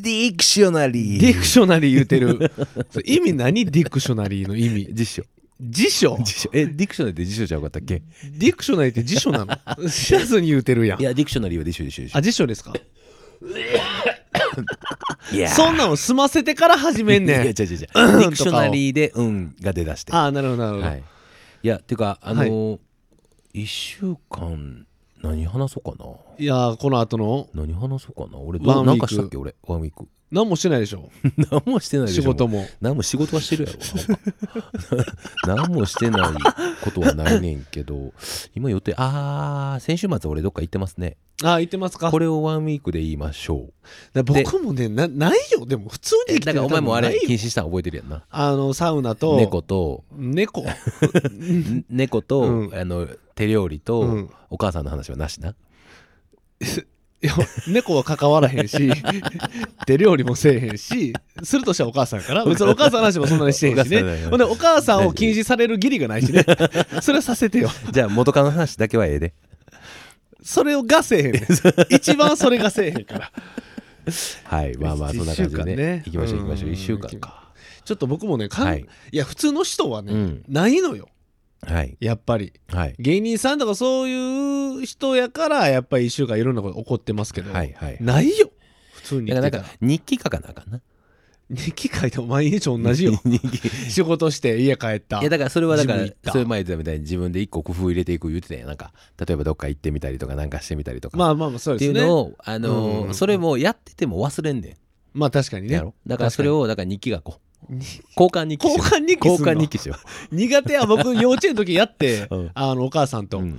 ディクショナリー。 ディクショナリー言うてる。意味何？ディクショナリーの意味。 辞書。 辞書？ ディクショナリーって辞書じゃなかったっけ？ ディクショナリーって辞書なの？知らずに言うてるやん。 いや、ディクショナリーは辞書でしょ。 あ、辞書ですか？ いやそんなの済ませてから始めんねん。 いや、違う。ディクショナリーでが出だして。 ああ、なるほどなるほど。 はい。いや、てか1週間何話そうかな。 いやこの後の何話そうかな。俺ワンウィークなんかしたっけ俺ワンウィーク。 何もしてないでしょ。 何もしてないでしょ。 仕事も。 何も仕事はしてるやろ。何もしてないことはないねんけど、今予定先週末俺どっか行ってますね。 ああ、言ってますか。 これをワンウィークで言いましょう。 僕もねないよ。でも普通に生きてる。 だからお前もあれ禁止止したの覚えてるやんな。 サウナと猫と猫と、 うん、 手料理と、 うん、 お母さんの話はなしな。 いや猫は関わらへんし手料理もせえへんし、するとしたらお母さんやから、別にお母さんの話もそんなにしてへんしね。ほんでお母さんを禁止される義理がないしね。それはさせてよ。 じゃあ元カノの話だけはええで。 それをがせえへんねん。一番それがせえへんから。 はい、まあそんな感じでね。行きましょう1週間か。 ちょっと僕もね、いや普通の人はね、ないのよ。やっぱり、芸人さんとかそういう人やからやっぱり1週間いろんなこと起こってますけど、ないよ普通に。 だから日記書かなあかんな。 日記書いても毎日同じよ。仕事して家帰った。 いやだからそれはだからそれ前言ってたみたいに自分で一個工夫入れていく言ってたやん。なんか例えばどっか行ってみたりとかなんかしてみたりとか。 まあそうですね。 っていうのをそれもやってても忘れんねん。 まあ確かにね。 だからそれをだから日記書こう。交換日記しよう。 苦手は僕幼稚園の時やって、お母さんと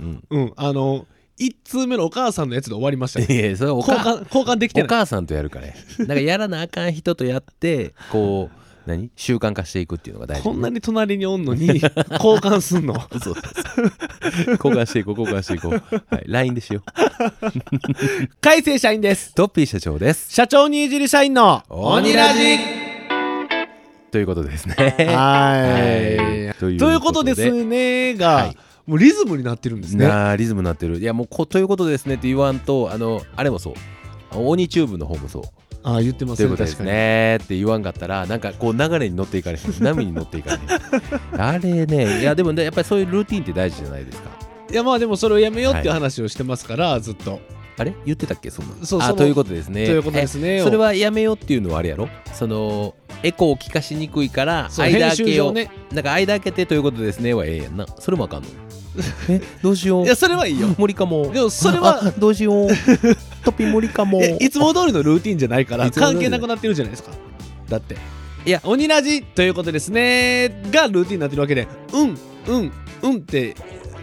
1通目のお母さんのやつで終わりましたね。 いやそれ交換できてない。 お母さんとやるからね。だからやらなあかん人とやってこう習慣化していくっていうのが大事。 こんなに隣におんのに交換すんの。 そう交換していこう。はい、LINE でしよう。 海星社員です。 トッピー社長です。 社長にいじり社員の鬼ラジということですね。 はい。ということですねが、もうリズムになってるんですね。 リズムになってる。いやもうということですねって言わんとあれもそう。鬼チューブの方もそう。 言ってますね。 ということですねって言わんかったらなんかこう流れに乗っていかれへん。波に乗っていかれへん。あれね、いやでもねやっぱりそういうルーティンって大事じゃないですか。 いやまあでもそれをやめようっていう話をしてますから、ずっと。 あれ言ってたっけそんな。 そうということですね。 ということですね。 それはやめようっていうのはあれやろ。エコーを聞かしにくいから間開けよう。なんか間開けてということですねはええやんな。それもあかんの。どうしよう。 いやそれはいいよ。 無理かも。 でもそれはどうしよう。トピ無理かも。 いつも通りのルーティンじゃないから関係なくなってるじゃないですか。だっていや鬼ラジということですねがルーティンになってるわけで、って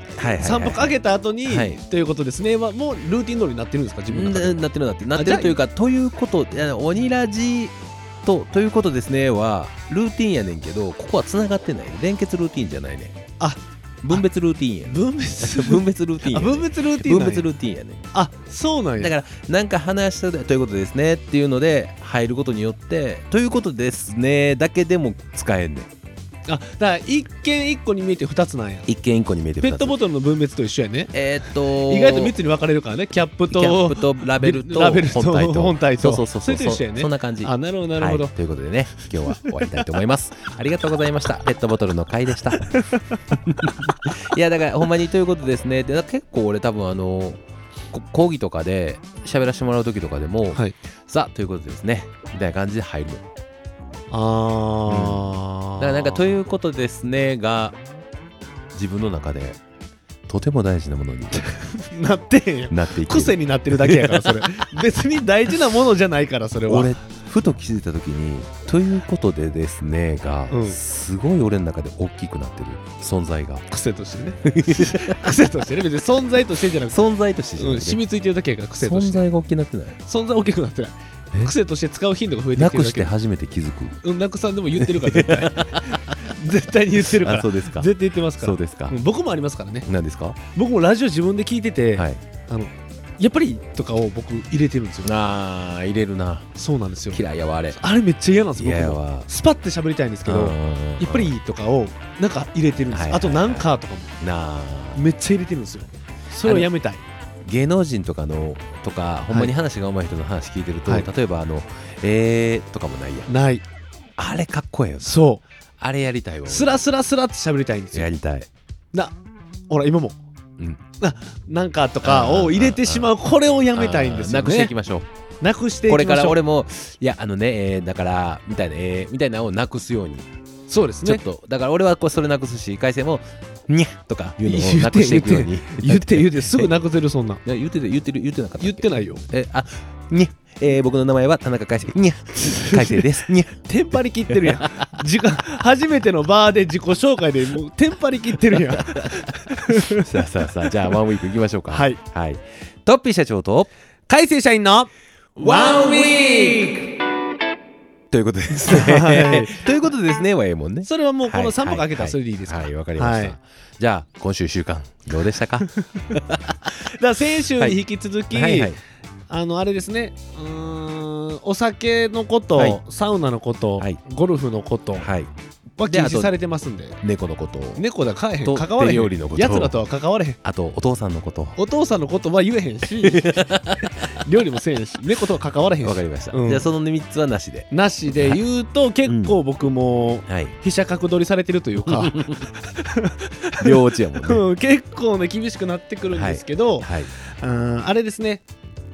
3分かけた後にということですねはもうルーティン通りになってるんですか。自分の中でなってるというか、ということ鬼ラジということですねはルーティンやねんけど、ここはつながってない。連結ルーティンじゃないね。分別ルーティンや。分別ルーティンや。分別ルーティンやね。 そうなんや。 だからなんか話したということですねっていうので入ることによってということですねだけでも使えんねん。 だから一見一個に見えて2つなんや。 一見一個に見えて2つ。 ペットボトルの分別と一緒やね。 意外と3つに分かれるからね。キャップとラベルと本体とそれと一緒やね。そんな感じ。 なるほどなるほど。 ということでね今日は終わりたいと思います。ありがとうございました。ペットボトルの回でした。いやだからほんまにということですね。で結構俺多分講義とかで喋らせてもらう時とかでも、さあということですねみたいな感じで入るの。だからなんかということですねが自分の中でとても大事なものになっていく癖になってるだけやからそれ別に大事なものじゃないからそれは。 俺ふと気づいた時にということでですねが、すごい俺の中で大きくなってる存在が癖としてね癖としてね。別に存在としてじゃなくて存在として、 染みついてるだけやから癖として。 存在が大きくなってない。 存在大きくなってない。癖として使う頻度が増えてきてるだけ。 なくして初めて気づく。 なくさんでも言ってるから絶対に言ってるから。 そうですか。 絶対言ってますから。 そうですか。 僕もありますからね。 何ですか。 僕もラジオ自分で聞いてて、やっぱりとかを僕入れてるんですよ。 入れるな。 そうなんですよ。 嫌いやわあれめっちゃ嫌なんですよ。 僕もスパッて喋りたいんですけど、やっぱりとかをなんか入れてるんですよ。あとなんかとかもめっちゃ入れてるんですよ。それをやめたい。 芸能人とかほんまに話が上手い人の話聞いてると、例えばとかもないやん。 ない。 あれかっこええよ。 そうあれやりたいわ。 スラスラスラって喋りたいんですよ。 やりたい。 ほら今も、なんかとかを入れてしまう、これをやめたいんですよね。 なくしていきましょう。 なくしていきましょう。 これから俺もいやだからみたいなみたいなのをなくすように。 そうですね。 ちょっとだから俺はそれなくすし、海星もにゃとかいうのをなくしていくように。 言ってすぐなくせる。そんな。 言ってなかった。 言ってないよ。 にゃ僕の名前は田中海星にゃ海星ですにゃ。 テンパりきってるやん。初めてのバーで自己紹介でもうテンパりきってるやん。 さあじゃあワンウィークいきましょうか。 はい、 トッピー社長と海星社員のワンウィークということですね。ということですね。わえもんね。 それはもうこの3泊開けたらそれでいいですか。 はい、わかりました。じゃあ今週1週間どうでしたか。だから先週に引き続き、あれですね、お酒のこと、サウナのこと、ゴルフのことは禁止されてますんで、 猫のこと、 猫だ関われへん、やつらとは関われへん。 あとお父さんのこと、 お父さんのことは言えへんし料理もせえへんし、猫とは関われへんし。 わかりました。じゃあその3つはなしで言うと結構僕も飛車角取りされてるというか両落ちやもんね。 結構ね厳しくなってくるんですけど、あれですね、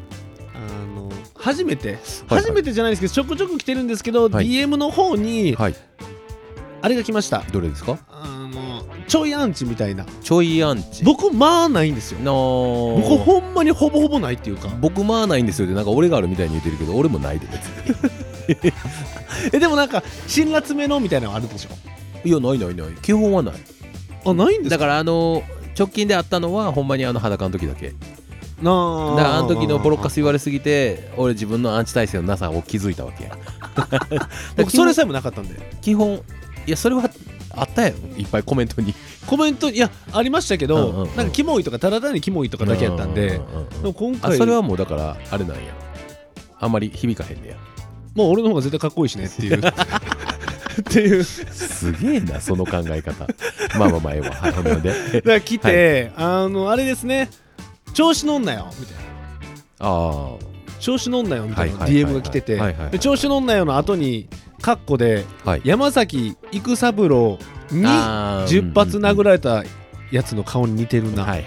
初めてじゃないですけどちょくちょく来てるんですけど、DM の方にあれが来ました。 どれですか。 ちょいアンチみたいな。 ちょいアンチ、 僕ないんですよ。僕ほんまにほぼほぼないっていうか、 僕ないんですよってなんか俺があるみたいに言ってるけど、俺もないで別にでもなんか辛辣めのみたいなのあるでしょ。 いやない基本はない。 ないんですか。 だから直近であったのはほんまに裸の時だけ。だからの時のボロッカス言われすぎて俺自分のアンチ体制のなさを気づいたわけや。 僕それさえもなかったんで。 基本いやそれはあったやん、いっぱいコメントにいやありましたけど、なんかキモいとかただ単にキモいとかだけやったんで、でも今回それはもうだからあれなんや、あんまり響かへんねや。 もう俺の方が絶対かっこいいしねっていうっていうすげえなその考え方。まあええわ。はい、でだから来て、あれですね、調子乗んなよみたいな。調子乗んなよみたいな DM が来てて、調子乗んなよの後にカッコで、山崎育三郎に10発殴られたやつの顔に似てるな。い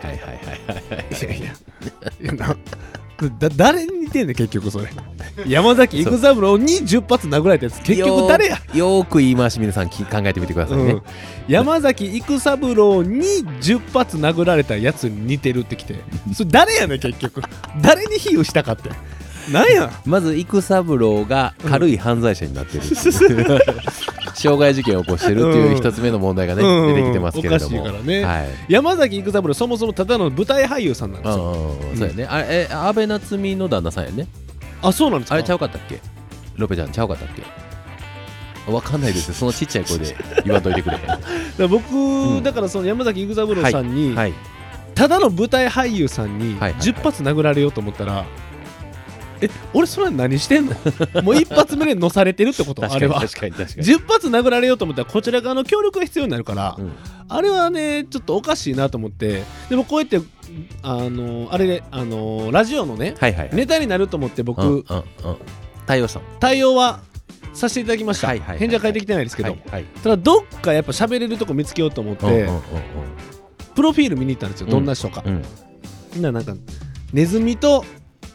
や誰に似てんねん結局それ。山崎育三郎に10発殴られたやつ結局誰や。 よーく言い回し皆さん考えてみてくださいね。 山崎育三郎に10発殴られたやつに似てるってきて、それ誰やねん結局。誰に比喩したかって。なんや。 まず育三郎が軽い犯罪者になってる、傷害事件を起こしてるっていう一つ目の問題がね、出てきてますけれども、 おかしいからね、山崎育三郎そもそもただの舞台俳優さんなんですよ。 そうやね。あれ安倍夏実の旦那さんやね。 あ、そうなんですか。 あれちゃうかったっけ。ロペちゃんちゃうかったっけ。わかんないですよ、そのちっちゃい声で言わんといてくれへん。 僕、だからその山崎育三郎さんに、ただの舞台俳優さんに10発殴られようと思ったら、俺それは何してんの。もう一発目で乗されてるってこと。あれは確かに 10発殴られようと思ったらこちら側の協力が必要になるから、あれはねちょっとおかしいなと思って。でもこうやってあれでラジオのね、ネタになると思って僕、 対応はさせていただきました。返事は返ってきてないですけど、ただどっかやっぱ喋れるとこ見つけようと思って、プロフィール見に行ったんですよ。どんな人か。なんかネズミと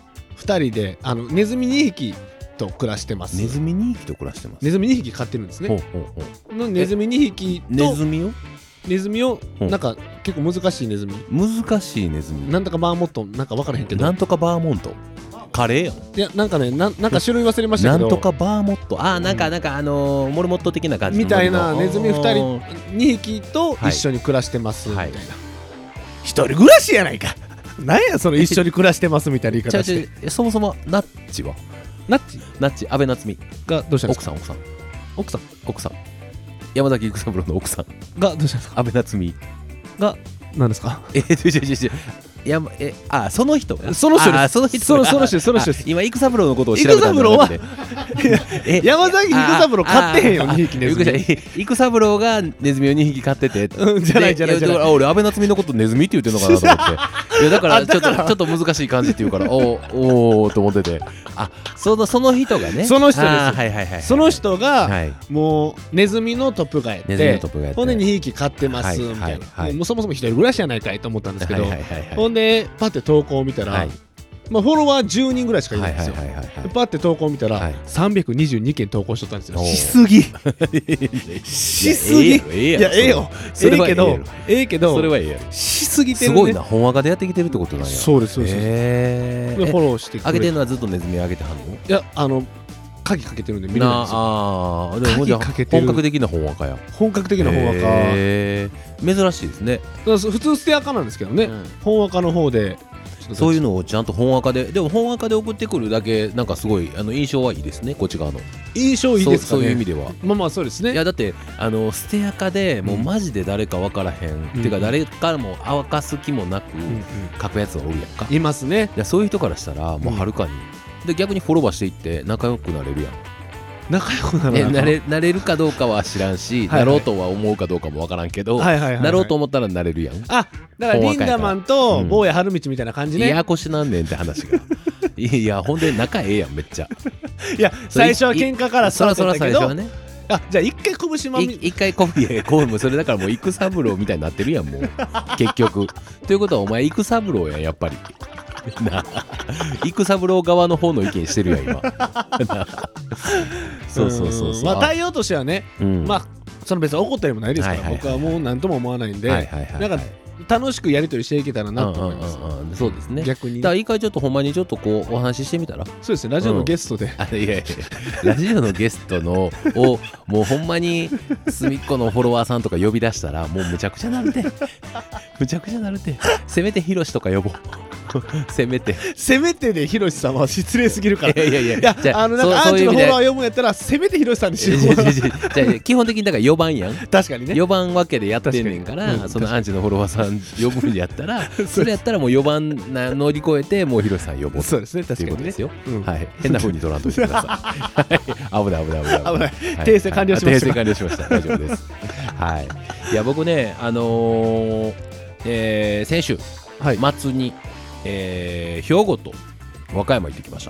2人でネズミ2匹と暮らしてます。 ネズミ2匹と暮らしてます。 ネズミ2匹飼ってるんですね。ネズミ2匹とネズミをなんか結構難しいネズミなんとかバーモントなんか分からへんけど、 なんとかバーモントカレーやん。 いやなんかねなんか種類忘れましたけど、 なんとかバーモット、なんかモルモット的な感じみたいな。ネズミ2匹と一緒に暮らしてますみたいな。一人暮らしやないか。なんやその一緒に暮らしてますみたいな言い方して。 そもそもナッチはナッチ安倍夏実がどうしたんですか。 奥さん山崎育三郎の奥さんがどうしたんですか。 安倍夏実が何ですか。 その人その人です。 今育三郎のことを調べたんじゃなくて、 山崎育三郎飼ってへんよ2匹ネズミ。 育三郎がネズミを2匹飼ってて、 じゃない俺安倍夏実のことネズミって言ってんのかなと思っていやだからちょっと難しい感じって言うからおーと思ってて、その人がね、 その人です。その人がもうネズミのトップガンやってほんで2匹飼ってますみたいな、もうそもそも一人暮らしやないかいと思ったんですけど、ほんでパッて投稿を見たら、フォロワー10人ぐらいしかいないんですよ。パッて投稿を見たら322件投稿しとったんですよ。しすぎしすぎ。いやええよ、ええけどそれはええやろ。 しすぎてるね。 すごいな、本赤でやってきてるってことなんや。 そうですそうです。でフォローしてくれて、 あげてるのはずっとネズミあげてはんの？ いや鍵かけてるんで見れないんですよ。 でも本格的な本赤や。 本格的な本赤珍しいですね。 普通捨て赤なんですけどね、本赤の方でそういうのをちゃんと本赤で、でも本赤で送ってくるだけなんかすごい印象はいいですね、こっち側の印象いいですかね。 そういう意味ではまあそうですね。 いやだって捨て赤でもうマジで誰か分からへん、っていうか誰からも明かす気もなく書くやつがおるやんか。 いますね。 いやそういう人からしたらもうはるかに、で逆にフォローバーしていって仲良くなれるやん。 仲良くなれるかどうかは知らんし、なろうとは思うかどうかもわからんけど、なろうと思ったらなれるやん。 だからリンダマンと坊や春道みたいな感じね。 ややこしなんねんって話がいやほんで仲ええやんめっちゃ。 いや最初は喧嘩からスタートだけど、じゃあ一回拳まみ一回拳それだからもう育三郎みたいになってるやんもう結局。ということはお前育三郎やんやっぱり育三郎側の方の意見してるやん今そうまあ対応としてはね、まあその別に怒ったりもないですから、僕はもう何とも思わないんで、なんか楽しくやり取りしていけたらなと思います。 そうですね。 逆にだから一回ちょっとほんまにちょっとこうお話ししてみたら。 そうですね、ラジオのゲストで、 いやラジオのゲストのをもうほんまに隅っこのフォロワーさんとか呼び出したらもうむちゃくちゃなるてせめてヒロシとか呼ぼうせめてでヒロシさんは失礼すぎるから。いやなんかアンチのフォロワー読むんやったらせめてヒロシさんにしよう。 基本的にだから4番やん。 確かにね、 4番わけでやってんねんから、そのアンチのフォロワーさん呼ぶんやったらそれやったらもう4番乗り越えてもうヒロシさん呼ぼう。 そうですね、 確かにね。変な風に取らんといてください。危ない訂正完了しました。 大丈夫です。いや僕ね先週末に兵庫と和歌山行ってきました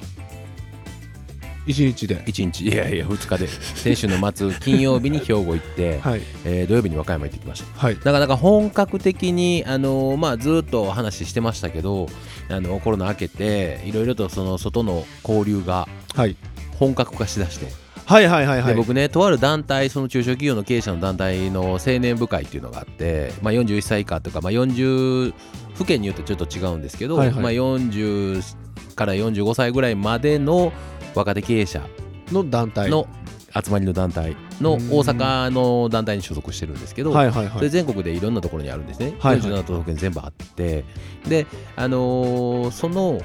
。1日いや2日で先週の末金曜日に兵庫行って、土曜日に和歌山行ってきました。なかなか本格的にずっと話してましたけどコロナ明けていろいろとその外の交流が本格化しだして、で僕ねとある団体、その中小企業の経営者の団体の青年部会っていうのがあって、41歳以下とか、40府県によってちょっと違うんですけど、40から45歳ぐらいまでの若手経営者の団体の集まりの団体の大阪の団体に所属してるんですけど、それ全国でいろんなところにあるんですね。47都道府県全部あって、でその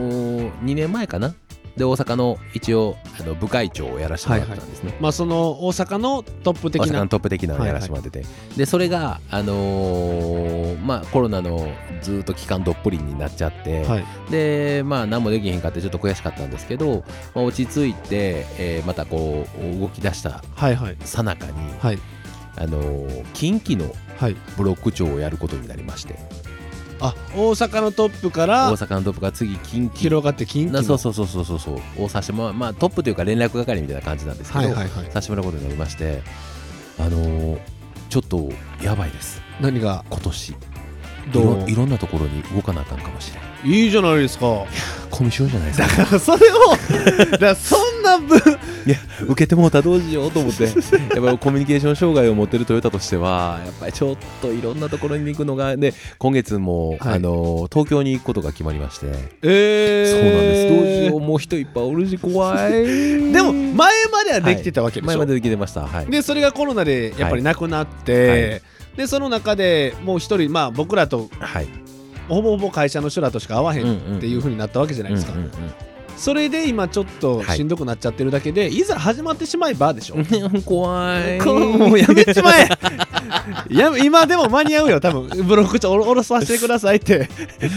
2年前かなで大阪の一応部会長をやらせてもらったんですね。 その大阪のトップ的なのやらせてもらってて、でそれがコロナのずっと期間どっぷりになっちゃって、で何もできへんかってちょっと悔しかったんですけど、落ち着いて、またこう動き出したさなかに、近畿のブロック長をやることになりまして。 大阪のトップから次近畿広がって近畿のそうをさせてトップというか連絡係みたいな感じなんですけど、させてもらうことになりまして、ちょっとやばいです。 何が今年いろんなところに動かなあかんかもしれない。 いいじゃないですか。 コミュ障じゃないですか。 だからそれをそんな分いや受けてもうたらどうしようと思ってやっぱりコミュニケーション障害を持ってるトヨタとしてはやっぱりちょっといろんなところに行くのがで、今月も、東京に行くことが決まりまして、そうなんです。どうしよう、もう人いっぱいおるし怖いでも前まではできてたわけでしょ。 前までできてました、 でそれがコロナでやっぱりなくなって、でその中でもう一人僕らと、ほぼほぼ会社の人らとしか会わへんっていう風になったわけじゃないですか。それで今ちょっとしんどくなっちゃってるだけで、いざ始まってしまえばでしょ怖いもうやめちまえ今でも間に合うよ多分ブロック長おろさせてくださいって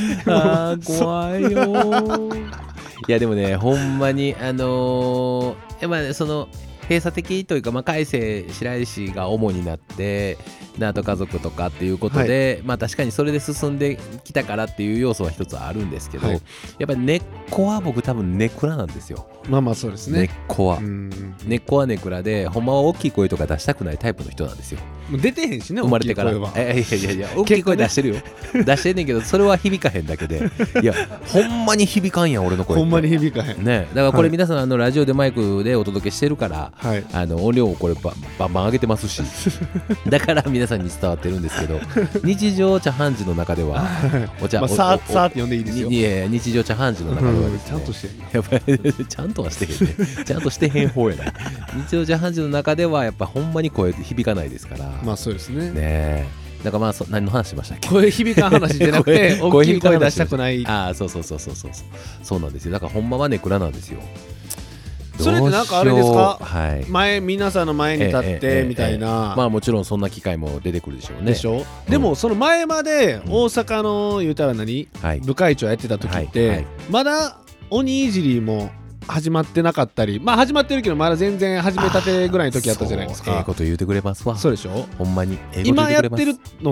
怖いよいやでもねほんまにその閉鎖的というか、海星白石が主になってナート家族とかっていうことで、確かにそれで進んできたからっていう要素は一つあるんですけど、やっぱり根っこは僕多分ネクラなんですよ。 そうですね。 根っこはネクラで、ほんまは大きい声とか出したくないタイプの人なんですよ。 出てへんしね、 生まれてから。いや大きい声出してるよ。出してんねんけど、それは響かへんだけで、いやほんまに響かんやん俺の声。 ほんまに響かへんね。だからこれ皆さんラジオでマイクでお届けしてるから、音量をこれバンバン上げてますし、だから皆さんに伝わってるんですけど、日常茶飯事の中ではさーって呼んでいいですよ。 いや日常茶飯事の中ではですね、 ちゃんとしてやっぱりちゃんとはしてへんね。ちゃんとしてへん方やな。日常茶飯事の中ではやっぱほんまに声響かないですから。 そうですね。 だから何の話しましたっけ。 声響かん話じゃなくて大きい声出したくない。 そうなんですよ。だからほんまはネクラなんですよ。 それってなんかあれですか、皆さんの前に立ってみたいな、 もちろんそんな機会も出てくるでしょうね。 でしょ、でもその前まで大阪の言うたら部会長やってた時って、まだ鬼いじりも始まってなかったり、始まってるけどまだ全然始めたてぐらいの時あったじゃないですか。 ええこと言うてくれますわ。 そうでしょ。 ほんまに今やってるのって、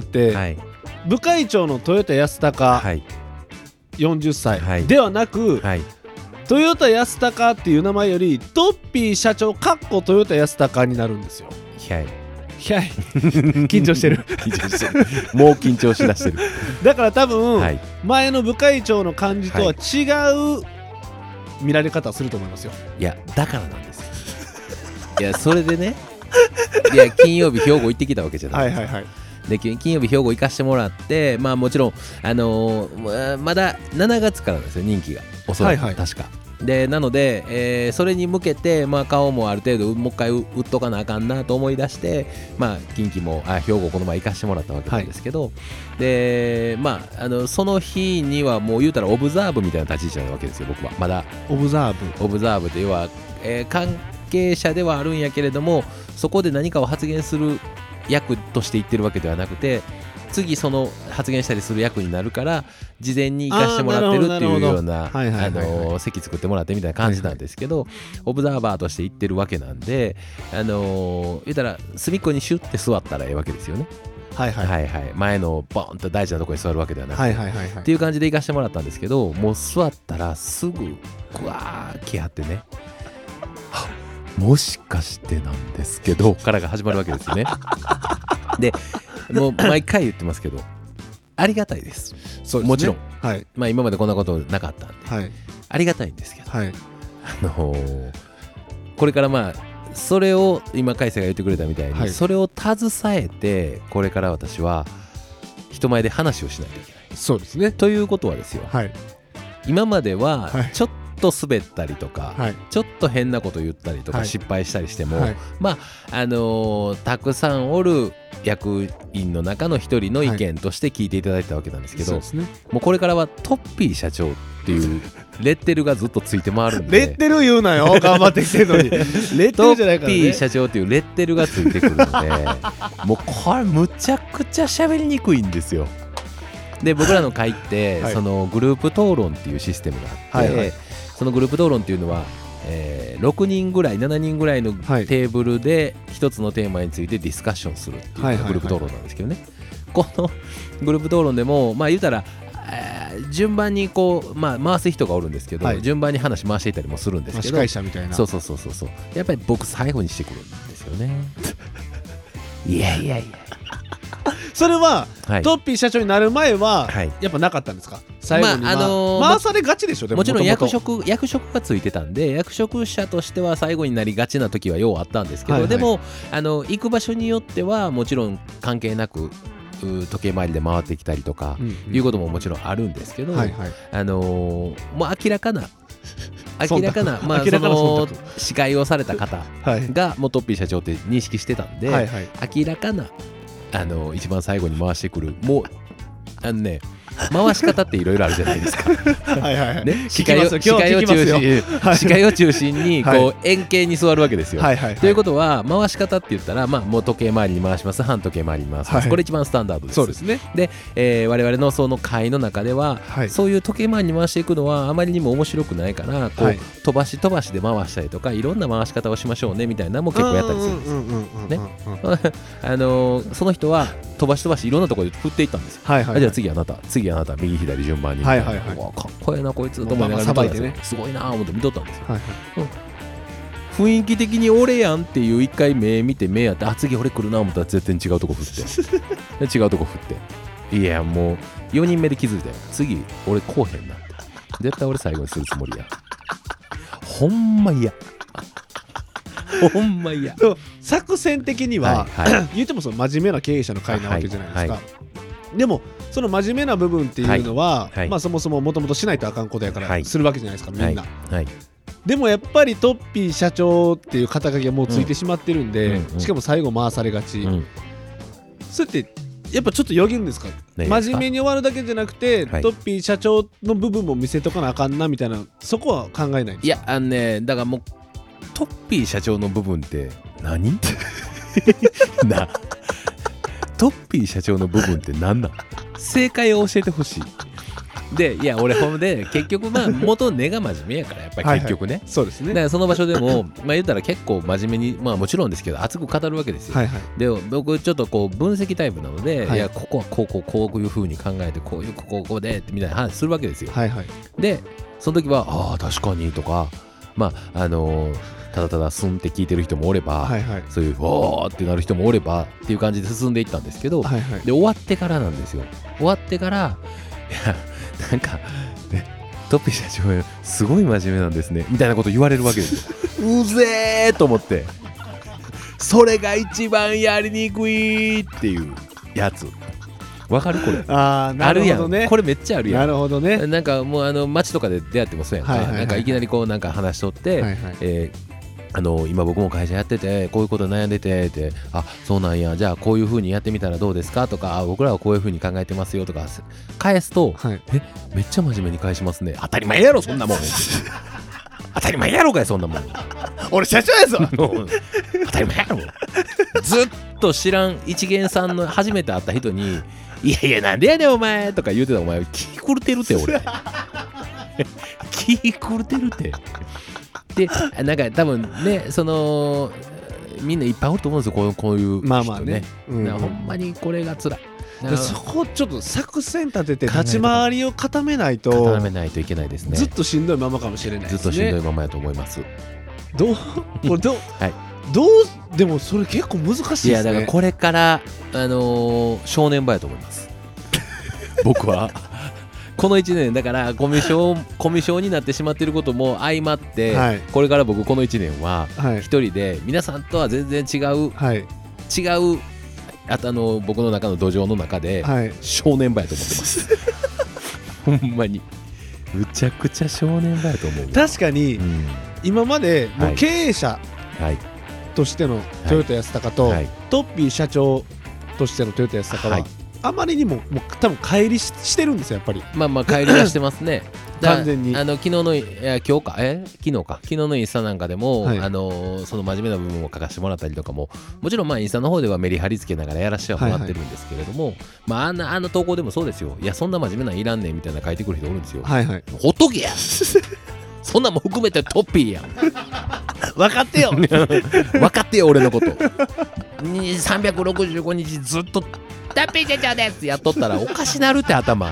部会長の豊田康隆、40歳、ではなく、豊田康隆っていう名前よりトッピー社長豊田康隆になるんですよ。緊張してるもう緊張しだしてる。 だから多分、前の部会長の感じとは違う見られ方すると思いますよ。 いやだからなんですよ。いやそれでね、いや金曜日兵庫行ってきたわけじゃないですか。で金曜日兵庫行かしてもらって、もちろんまだ7月からなんですよ、任期がおそらく、確かで。なので、それに向けて、顔もある程度もう一回打っとかなあかんなと思い出して、近畿も兵庫この前行かしてもらったわけなんですけど、でその日にはもう言うたらオブザーブみたいな立ち位置なわけですよ、僕は。まだオブザーブって要は、関係者ではあるんやけれども、そこで何かを発言する役として言ってるわけではなくて、次その発言したりする役になるから事前に行かしてもらってるっていうような席作ってもらってみたいな感じなんですけど、オブザーバーとして行ってるわけなんで、言ったら隅っこにシュッて座ったらええわけですよね。前のボーンと大事なところに座るわけではなくてっていう感じで行かしてもらったんですけど、もう座ったらすぐグワー来はってね、もしかしてなんですけどからが始まるわけですよね。でもう毎回言ってますけど、ありがたいです。そうですね、もちろん、今までこんなことなかったんで、ありがたいんですけど、これからそれを今海星が言ってくれたみたいに、それを携えてこれから私は人前で話をしないといけない。 そうですね。 ということはですよ、今まではちょっと滑ったりとか、ちょっと変なこと言ったりとか、失敗したりしても、たくさんおる役員の中の一人の意見として聞いていただいたわけなんですけど、もうこれからはトッピー社長っていうレッテルがずっとついて回るんで。 レッテル言うなよ、頑張ってきてるのに。レッテルじゃないからね。トッピー社長っていうレッテルがついてくるので、もうこれむちゃくちゃ喋りにくいんですよ。で僕らの会って、そのグループ討論っていうシステムがあって、そのグループ討論っていうのは、6人ぐらい7人ぐらいのテーブルで一つのテーマについてディスカッションするっていうのがグループ討論なんですけどね、このグループ討論でも言うたら、順番にこう、回す人がおるんですけど、順番に話回していたりもするんですけど、 司会者みたいな。 そうやっぱり僕最後にしてくるんですよね。いやそれは、トッピー社長になる前は、やっぱなかったんですか？最後に回されがちでしょ。でももちろん役職がついてたんで、役職者としては最後になりがちな時はようあったんですけど、でも行く場所によってはもちろん関係なく時計回りで回ってきたりとか、いうことももちろんあるんですけど、もう明らかなその司会をされた方がもうトッピー社長って認識してたんで、明らかな一番最後に回してくる、もう回し方っていろいろあるじゃないですかはいはい、はいね、 視界を中心にこう円形に座るわけですよ、はいはいはい、ということは回し方って言ったら、まあ、もう時計回りに回します、半時計回りに回します、はい、これ一番スタンダードです。 そうですね。 で、我々のその会の中では、はい、そういう時計回りに回していくのはあまりにも面白くないからこう、はい、飛ばしで回したりとかいろんな回し方をしましょうねみたいなのも結構やったりするんですね。その人は飛ばしいろんなところで振っていったんですよ、はいはいはい、じゃあ次あなた右左順番に、はいはいはい、かっこいいなこいつと思いながら見とったんですよ、すごいなと思って見とったんですよ、はいはい、雰囲気的に俺やんっていう一回目見て目やって次俺来るな思ったら絶対違うとこ振って違うとこ振っていやもう4人目で気づいたよ次俺こうへんなって絶対俺最後にするつもりやほんま嫌ほんま嫌作戦的には、はいはい、言ってもその真面目な経営者の会なわけじゃないですか、はいはい、でもその真面目な部分っていうのは、はいはい、まあそもそももともとしないとあかんことやからするわけじゃないですか、みんな、はいはい、でもやっぱりトッピー社長っていう肩書きがもうついてしまってるんで、うん、しかも最後回されがち、うん、それってやっぱちょっとよぎるんですか？真面目に終わるだけじゃなくて、はい、トッピー社長の部分も見せとかなあかんなみたいなそこは考えないんですか？ いやだからもうトッピー社長の部分って何なトッピー社長の部分って何なん正解を教えてほしい。でいや俺ほんで結局まあ元根が真面目やからやっぱり結局ねはい、はい、そうですね。 だからその場所でもまあ言ったら結構真面目にまあもちろんですけど熱く語るわけですよ、はいはい、で僕ちょっとこう分析タイプなので、はい、いやここはこういう風に考えてこういうここでみたいな話するわけですよ、はいはい、でその時はああ確かにとかまあただただスンって聞いてる人もおれば、はいはい、そういうおーってなる人もおればっていう感じで進んでいったんですけど、はいはい、で終わってからなんですよ。終わってからいやなんか、ね、トッピー社長すごい真面目なんですねみたいなこと言われるわけですようぜーと思ってそれが一番やりにくいっていうやつわかるこれなるほど、ね、 あるやんこれめっちゃあるやん。 なるほどね。 なんかもう街とかで出会ってもそうやんか、はいはいはい、なんかいきなりこうなんか話しとって、はいはい今僕も会社やっててこういうこと悩んでてってあそうなんやじゃあこういう風にやってみたらどうですかとか僕らはこういう風に考えてますよとか返すと、はい、めっちゃ真面目に返しますね。当たり前やろそんなもん当たり前やろかいそんなもん俺社長やぞ当たり前やろずっと知らん一元さんの初めて会った人にいやいやなんでやねんお前とか言うてたお前気狂ってるって俺気狂ってるってでなんか多分ねそのみんないっぱいおると思うんですよこういう人ね、まあまあね、ほんまにこれが辛い。 そこちょっと作戦立てて立ち回りを固めないといけないですね。 ずっとしんどいままかもしれないですね。 ずっとしんどいままやと思います。 これはい、でもそれ結構難しいですね。 いやだからこれから正念場やと思います僕はこの1年だからコミュ障になってしまっていることも相まって、はい、これから僕この1年は一人で皆さんとは全然違う、はい、僕の中の土壌の中で、はい、正念場やと思ってますほんまにむちゃくちゃ正念場やと思う。 確かに、今までもう経営者としての豊田康隆と、トッピー社長としての豊田康隆は、あまりにも多分乖離してるんですよやっぱり。 まあ乖離はしてますね完全に。 昨日のインスタなんかでも、はい、その真面目な部分を書かせてもらったりとかももちろんインスタの方ではメリハリつけながらやらせてはもらってるんですけれども、はいはい、あの投稿でもそうですよ。いやそんな真面目なんいらんねんみたいな書いてくる人おるんですよ、はいはい、ほっとけやそんなんも含めてトッピーやん分かってよ分かってよ俺のこと365日ずっとトッピー社長ですやっとったらおかしなるって頭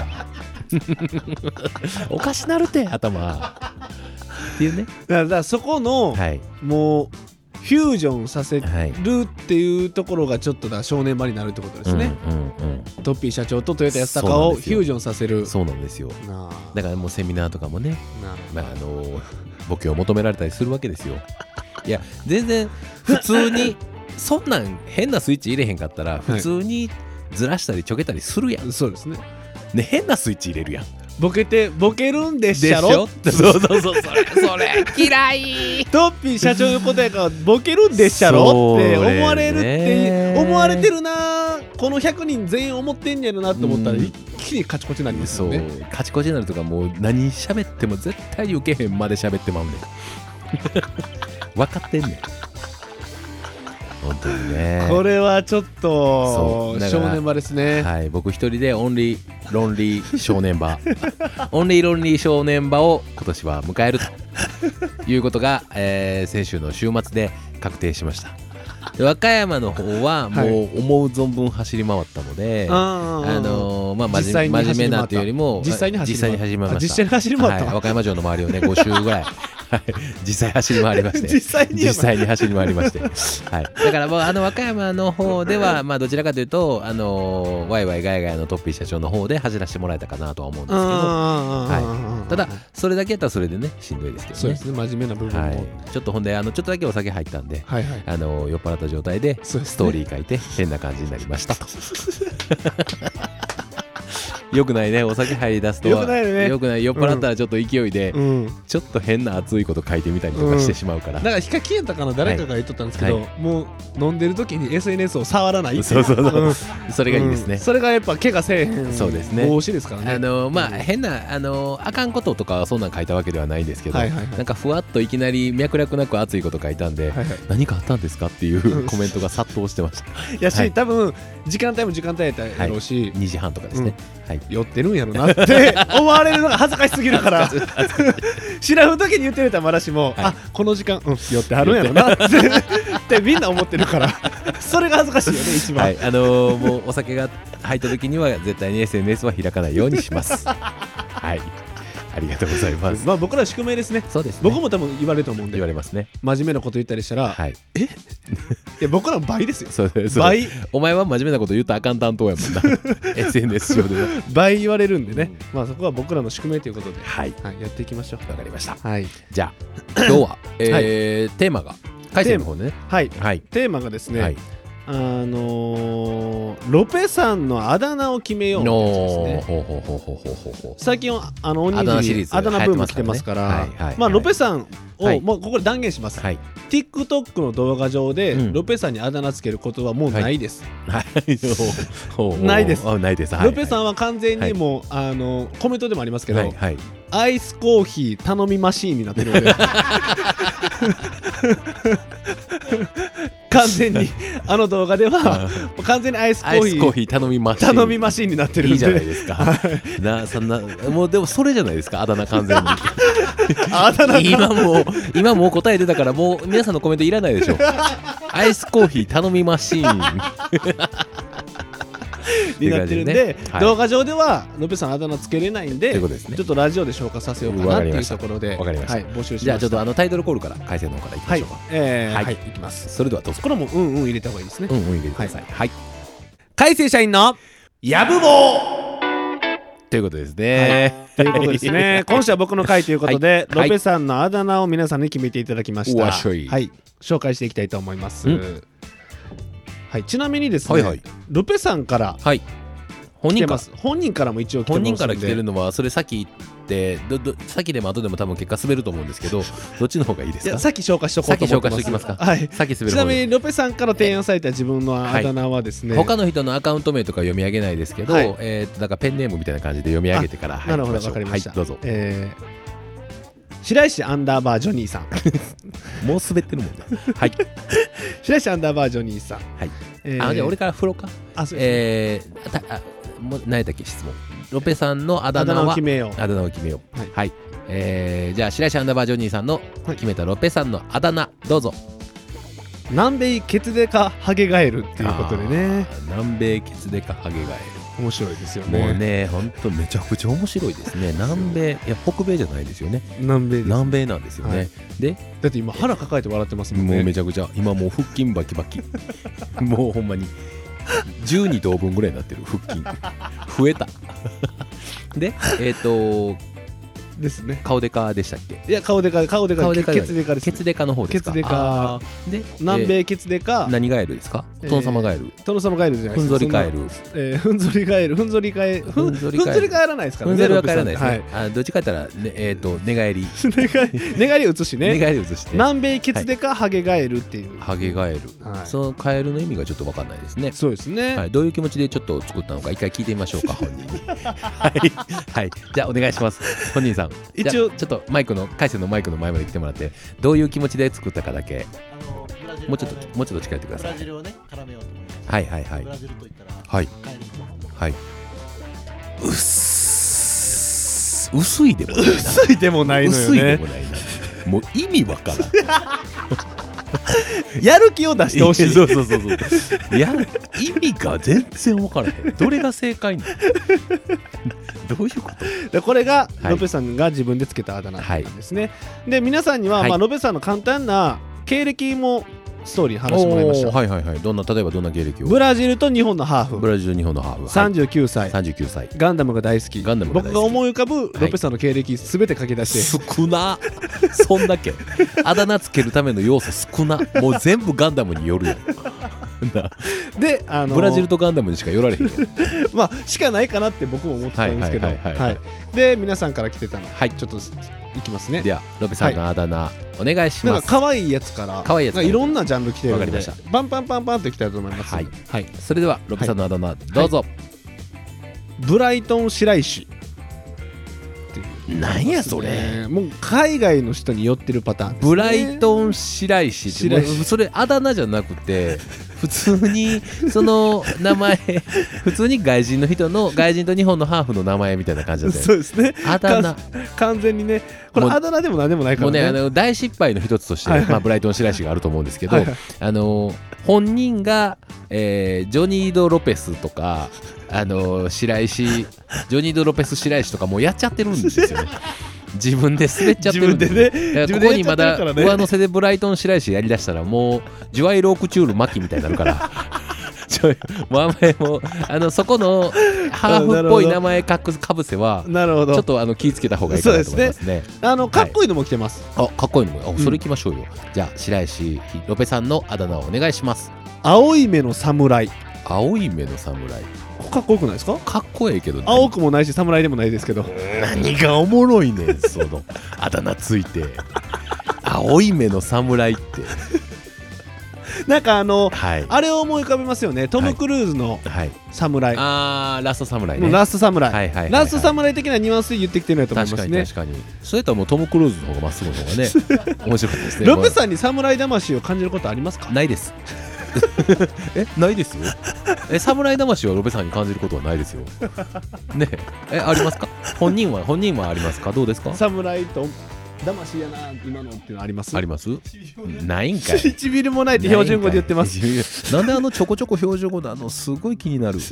おかしなるって頭っていうね。 だからそこの、はい、もうフュージョンさせるっていうところがちょっと正念場になるってことですね、トッピー社長と豊田康隆をフュージョンさせる。 そうなんですよ。だからもうセミナーとかもね、ボケを求められたりするわけですよ。いや全然普通にそんなん変なスイッチ入れへんかったら普通にずらしたりちょけたりするやん、 そうですね。 変なスイッチ入れるやん。 ボケるんでっしゃろそうそれ嫌いトッピー社長のことやからボケるんでっしゃろって思われるって思われてるなこの100人全員思ってんやろなと思ったら一気にカチコチになりますよね。 そうカチコチになるとかもう何喋っても絶対に受けへんまで喋ってまうねん分かってんねん本当にね。 これはちょっと正念場ですね。 はい、僕一人でオンリーロンリー正念場オンリーロンリー正念場を今年は迎えるということが、先週の週末で確定しました。で和歌山の方はもう思う存分走り回ったので、まあ真面目なというよりも実際に走り回りました。 実際に走り回った、 はい、和歌山城の周りをね5周ぐらい実際走り回りまして実際に走り回りまして、はい、だからもう和歌山の方ではまあどちらかというとワイワイガヤガヤのトッピー社長の方で走らせてもらえたかなとは思うんですけど、はい、ただそれだけやったらそれでねしんどいですけどね。 そうですね、真面目な部分も、はい、 ちょっとほんでちょっとだけお酒入ったんで、 はいはい、 酔っ払った状態でストーリー書いて変な感じになりましたとよくないね、お酒入り出すとはよくないよね。よくない、酔っ払ったらちょっと勢いで、ちょっと変な熱いこと書いてみたりとかしてしまうから、 だからヒカキンやったかな、誰かが言っとったんですけど、もう飲んでる時に SNS を触らない、 それがいいですね。 それがやっぱ怪我せえへんそうですね、 防止ですからね。 まあ変なあかんこととかはそんなん書いたわけではないんですけど、なんかふわっといきなり脈絡なく熱いこと書いたんで、何かあったんですかっていうコメントが殺到してました。 やし、多分時間帯も時間帯やったやろうし、 2時半とかですね、 酔ってるんやろなって思われるのが恥ずかしすぎるから知らん時に言ってるたらまだしも、あ、この時間酔ってはるんやろなってみんな思ってるからそれが恥ずかしいよね一番。 はい、もうお酒が入った時には絶対に SNS は開かないようにしますはい、ありがとうございます。 まあ僕らは宿命ですね。 そうですね、 僕も多分言われると思うんで。 言われますね。 真面目なこと言ったりしたら、いや僕らの倍ですよ。 そう倍。 お前は真面目なこと言ったらあかん担当やもんなSNS 上では倍言われるんでね、まあそこは僕らの宿命ということで、やっていきましょう。 わかりました。 はい、 じゃあ今日はテーマが海星の方でね、 テーマがですね、ロペさんのあだ名を決めようってやつですね。最近おにぎりあだ名ブーム来てますから、まあロペさんをもうここで断言します。TikTok の動画上でロペさんにあだ名つけることはもうないです。ないです。ロペさんは完全にもうコメントでもありますけど、アイスコーヒー頼みマシーンになってるので完全に動画では完全にアイスコーヒー頼みマシーンになってるんで、 いいじゃないですかそんなもうでもそれじゃないですか、あだ名完全に今もう答え出たからもう皆さんのコメントいらないでしょアイスコーヒー頼みマシーンになってるんで、動画上ではロペさんあだ名つけれないんで、ちょっとラジオで消化させようかなっていうところで募集しました。 じゃあちょっとタイトルコールから海星の方からいきましょうか。 いきます。 それではどうぞ。 これも入れた方がいいですね。 入れてください。はい、 海星社員のやぶぼということですね。 ということですね。今週は僕の回ということで、ロペさんのあだ名を皆さんに決めていただきました。紹介していきたいと思います。ちなみにですね、ロペさんから本人からも一応来てます。 本人から来てるのはそれ先言って先でも後でも多分結果滑ると思うんですけど、どっちの方がいいですか？ いや、先紹介しとこうと思ってます。先紹介しておきますか。はい。 先滑る。 ちなみにロペさんから提案された自分のあだ名はですね、 他の人のアカウント名とか読み上げないですけど、なんかペンネームみたいな感じで読み上げてからなるほど、わかりました。 どうぞ。 白石アンダーバージョニーさんもう滑ってるもんね。はい。 白石アンダーバージョニーさん。 はい。じゃあ俺から振ろうか。何やったっけ質問。ロペさんのあだ名を決めよう。はい。じゃあ白石アンダーバージョニーさんの決めたロペさんのあだ名どうぞ。 南米ケツデカハゲガエルっていうことでね。 南米ケツデカハゲガエル。 面白いですよね。 もうね、ほんとめちゃくちゃ面白いですね。南米、いや北米じゃないですよね。 南米なんですよね。で、 だって今腹抱えて笑ってますもんね。 もうめちゃくちゃ今もう腹筋バキバキ。もうほんまに12等分ぐらいになってる腹筋。増えた。で、 ですね。 顔デカでしたっけ？ いや顔デカケツデカです。 ケツデカの方ですか？ ケツデカで南米ケツデカ。 何ガエルですか？殿様ガエル。 殿様ガエルじゃないです。 ふんぞりガエル。 ふんぞりガエル。ふんぞりガエル。ふんぞりガエらないですからね。 ふんぞりは帰らないですね。どっちか言ったら寝返り。 寝返り移しね。 寝返り移して。 南米ケツデカハゲガエルっていう。 ハゲガエル。そのカエルの意味がちょっと分かんないですね。 そうですね。 どういう気持ちでちょっと作ったのか一回聞いてみましょうか、本人に。はい、じゃあお願いします、本人さん。一応ちょっと海星のマイクの前まで来てもらって、どういう気持ちで作ったかだけもうちょっと近寄ってください。 ブラジルをね絡めようと思います。 はいはいはい。 ブラジルといったらはいはい。薄いでもないな。 薄いでもないのよね。 薄いでもないな。もう意味わからん。 やる気を出してほしい。 そう。いや意味が全然分からへん。どれが正解なの？どういうこと？ これがロペさんが自分でつけたあだ名なんですね。で皆さんにはロペさんの簡単な経歴もストーリー話してもらいました。 はい。例えばどんな経歴を？ ブラジルと日本のハーフ。 ブラジル日本のハーフ。 39歳。ガンダムが大好き。僕が思い浮かぶロペさんの経歴すべて書き出して。 少な。そんだけ。あだ名つけるための要素少な。もう全部ガンダムによるよ。 でブラジルとガンダムにしか寄られへんよ。 まあしかないかなって僕も思ってたんですけど。で皆さんから来てたの。ちょっといきますね。 ではロペさんのあだ名お願いします。 可愛いやつからいろんなジャンル来てるのでパンパンといきたいと思います。 それではロペさんのあだ名どうぞ。 ブライトン白石。 なんやそれ。 もう海外の人に寄ってるパターン。 ブライトン白石ってそれあだ名じゃなくて普通にその名前普通に外人と日本のハーフの名前みたいな感じだったよ。 そうですね。 あだ名完全にね。これあだ名でも何でもないからね。 もうね大失敗の一つとしてブライトン白石があると思うんですけど、本人がジョニード・ロペスとか白石ジョニード・ロペス白石とかもうやっちゃってるんですよね。自分で滑っちゃってるんでね。ここにまだ上乗せでブライトン白石やりだしたらもうジュワイロークチュールマキみたいになるからもうそこのハーフっぽい名前かぶせはちょっと気ぃつけた方がいいかなと思いますね。 かっこいいのも来てます。 かっこいいのもそれいきましょうよ。じゃあ白石ロペさんのあだ名をお願いします。 青い目の侍。 青い目の侍かっこよくないですか？ かっこいいけど青くもないし侍でもないですけど。 何がおもろいねんそのあだ名ついて青い目の侍ってなんかあれを思い浮かべますよね。トム・クルーズの侍。 ラスト侍ね。 ラスト侍ラスト侍的なニュアンスで言ってきてるやと思いますね。 確かにそうやったらもうトム・クルーズの方がまっすぐの方がね面白かったですね。 ロペさんに侍魂を感じることありますか？ ないです。ないですよ。侍魂をロペさんに感じることはないですよ。ねありますか？本人はありますか？どうですか？ 侍と魂やな今のっていうのあります？ あります？ないんかい。 1ミリもないって標準語で言ってます。 なんでちょこちょこ標準語ですごい気になる。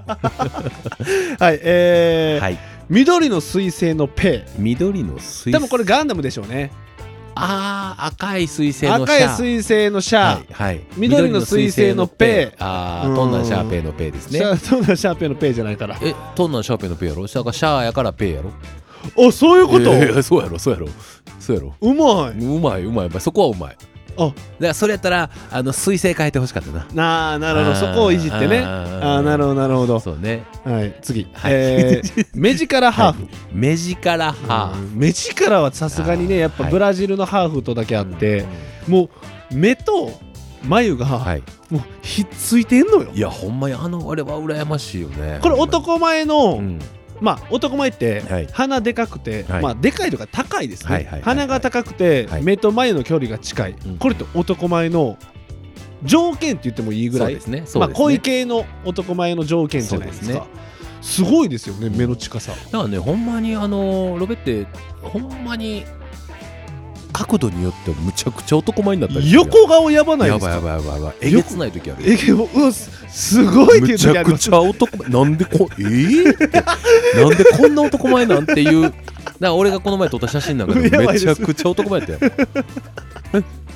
はい緑の彗星のペイ。 緑の彗星。 多分これガンダムでしょうね。 赤い彗星のシャ。 赤い彗星のシャ。緑の彗星のペイ。 トンナンシャーペイのペイですね。 トンナンシャーペイのペイじゃないから。 トンナンシャーペイのペイやろ。シャーやからペイやろ。 そういうこと？ そうやろ。うまい。そこはうまい。だからそれやったら彗星変えてほしかったな。 なるほど。そこをいじってね。なるほど。 そうね。 次目力ハーフ。 目力ハーフ。 目力はさすがにねやっぱブラジルのハーフとだけあってもう目と眉がもうひっついてんのよ。 いやほんまにあれは羨ましいよね。 これ男前の男前って鼻でかくてでかいとか高いですね。鼻が高くて目と眉の距離が近い。これって男前の条件って言ってもいいぐらい恋系の男前の条件じゃないですか。すごいですよね目の近さ。 だからねほんまにロベってほんまに角度によってはむちゃくちゃ男前になったりする。 横顔やばないですか？ やばいえげつない時ある。 すごいっていう時ある。 むちゃくちゃ男前。なんでなんでこんな男前なんていう。俺がこの前撮った写真なんかでめちゃくちゃ男前やったよ。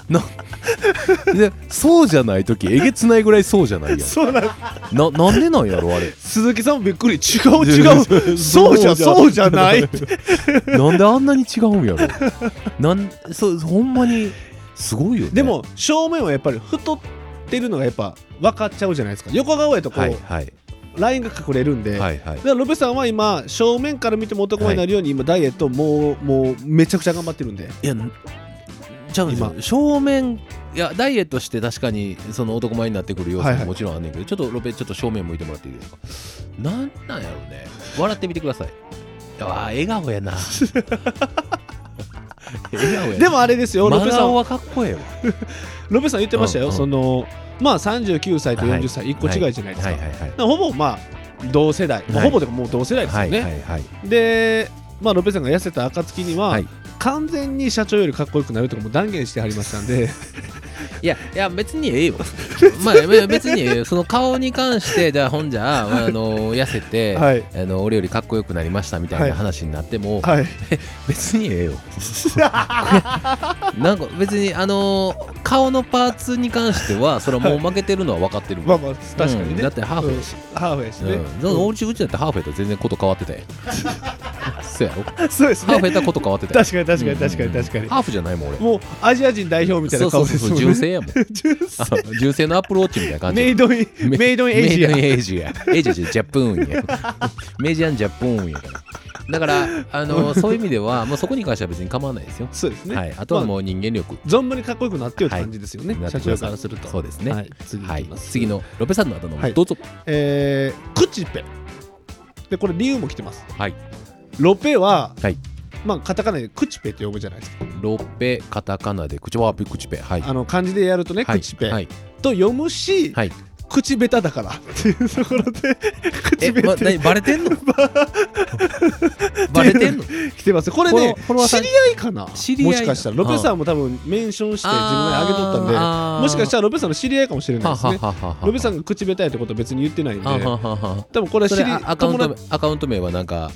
でそうじゃない時えげつないぐらいそうじゃないやん。 そうなんなんでなんやろあれ。 鈴木さんもびっくり、違うそうじゃないってなんであんなに違うんやろ。ほんまにすごいよね。 でも正面はやっぱり太ってるのがやっぱ分かっちゃうじゃないですか。横顔やとこう、 はいはい、 ラインが隠れるんで、 はいはい、 だからロペさんは今正面から見ても男前になるように今ダイエットもうめちゃくちゃ頑張ってるんで。 いやちゃうんですよ、正面いやダイエットして確かにその男前になってくる要素ももちろんあんねんけど、ちょっとロペちょっと正面向いてもらっていいですか。なんやろうね、笑ってみてください。笑顔やな笑顔や。 でもあれですよ、ロペさんはかっこええわロペさん言ってましたよ、そのまあ39歳と40歳1個違いじゃないですか。ほぼまあ同世代、ほぼでももう同世代ですよね。でまあロペさんが痩せた暁には完全に社長よりかっこよくなるとかも断言してはりましたんでいや別にええよまあ別にええよ。その顔に関してじゃあ痩せて、はい、俺よりかっこよくなりましたみたいな話になっても、はい、別にええよなんか別に顔のパーツに関してはそれはもう負けてるのは分かってるもん。 まあ確かにね、 だってハーフやし、 ハーフやしね。 うちだってハーフやったら全然こと変わってたよそうやろ。 そうですね、 ハーフやったらこと変わってたよ。 確かにハーフじゃないもん俺。 もうアジア人代表みたいな顔ですもんね。 純正やもん純正のアプローチみたいな感じ。 メイドインエイジア。 エイジアジャポンやメジャンジャポンやから。だからそういう意味ではもうそこに関しては別に構わないですよ。 そうですね、 はい、あとはもう人間力、 存分にかっこよくなってる感じですよね、社長からすると。 そうですね、 はい、 次のロペさんのあだ名どうぞ。 クチペで、これ理由も来てます。 はい、 ロペは、 はい、 まあカタカナでクチペって呼ぶじゃないですか。 ロペカタカナでクチペ、はい、 漢字でやるとね、クチペと読むし、はい、口下手だからっていうところで口下手。 バレてんのバレてんの来てます。これね、知り合いかな。もしかしたらロペさんも多分メンションして自分が上げとったんで、もしかしたらロペさんの知り合いかもしれないですね。ロペさんが口下手やってことは別に言ってないんで、多分これアカウント名はなんか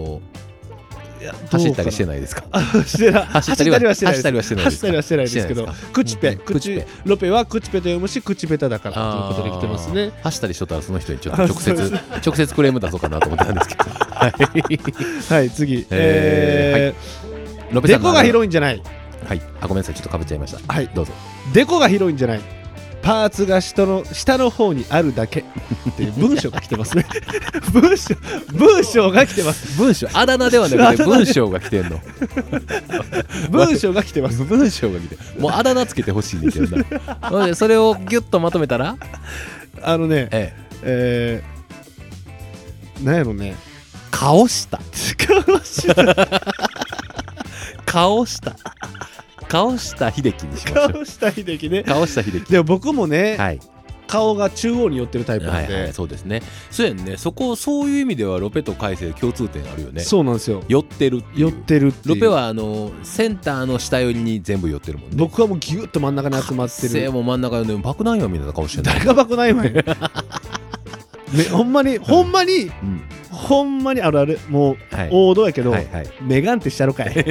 走ったりしてないですか。 走ったりはしてないですけど、口ペロペは口ペと読むし口下手だからということで来てますね。 走ったりしとったらその人にちょっと直接クレーム出そうかなと思ってたんですけどはい、次デコが広いんじゃない。 はい、ごめんなさい、ちょっとかぶっちゃいました。はい、どうぞ。 デコが広いんじゃない、パーツが下の方にあるだけっていう文章が来てますね文章が来てます。 文章、あだ名ではなくて文章が来てんの文章が来てます。 文章が来て、もうあだ名つけてほしいねんけどなそれをギュッとまとめたらなんやろね、 顔した秀樹にしましょう。 顔した秀樹ね。 顔した秀樹。 でも僕もね、はい、顔が中央に寄ってるタイプなんで、 はいはい、そうですね。そうやんね。そういう意味ではロペとカイセイ共通点あるよね。 そうなんですよ。 寄ってるっていう。 ロペはセンターの下寄りに全部寄ってるもんね。 僕はもうギュッと真ん中に集まってる。 カイセイも真ん中で爆弾よみたいな顔してる。 誰が爆弾よねほんまに、ほんまにあるある、もう王道やけど、メガンってしちゃろかい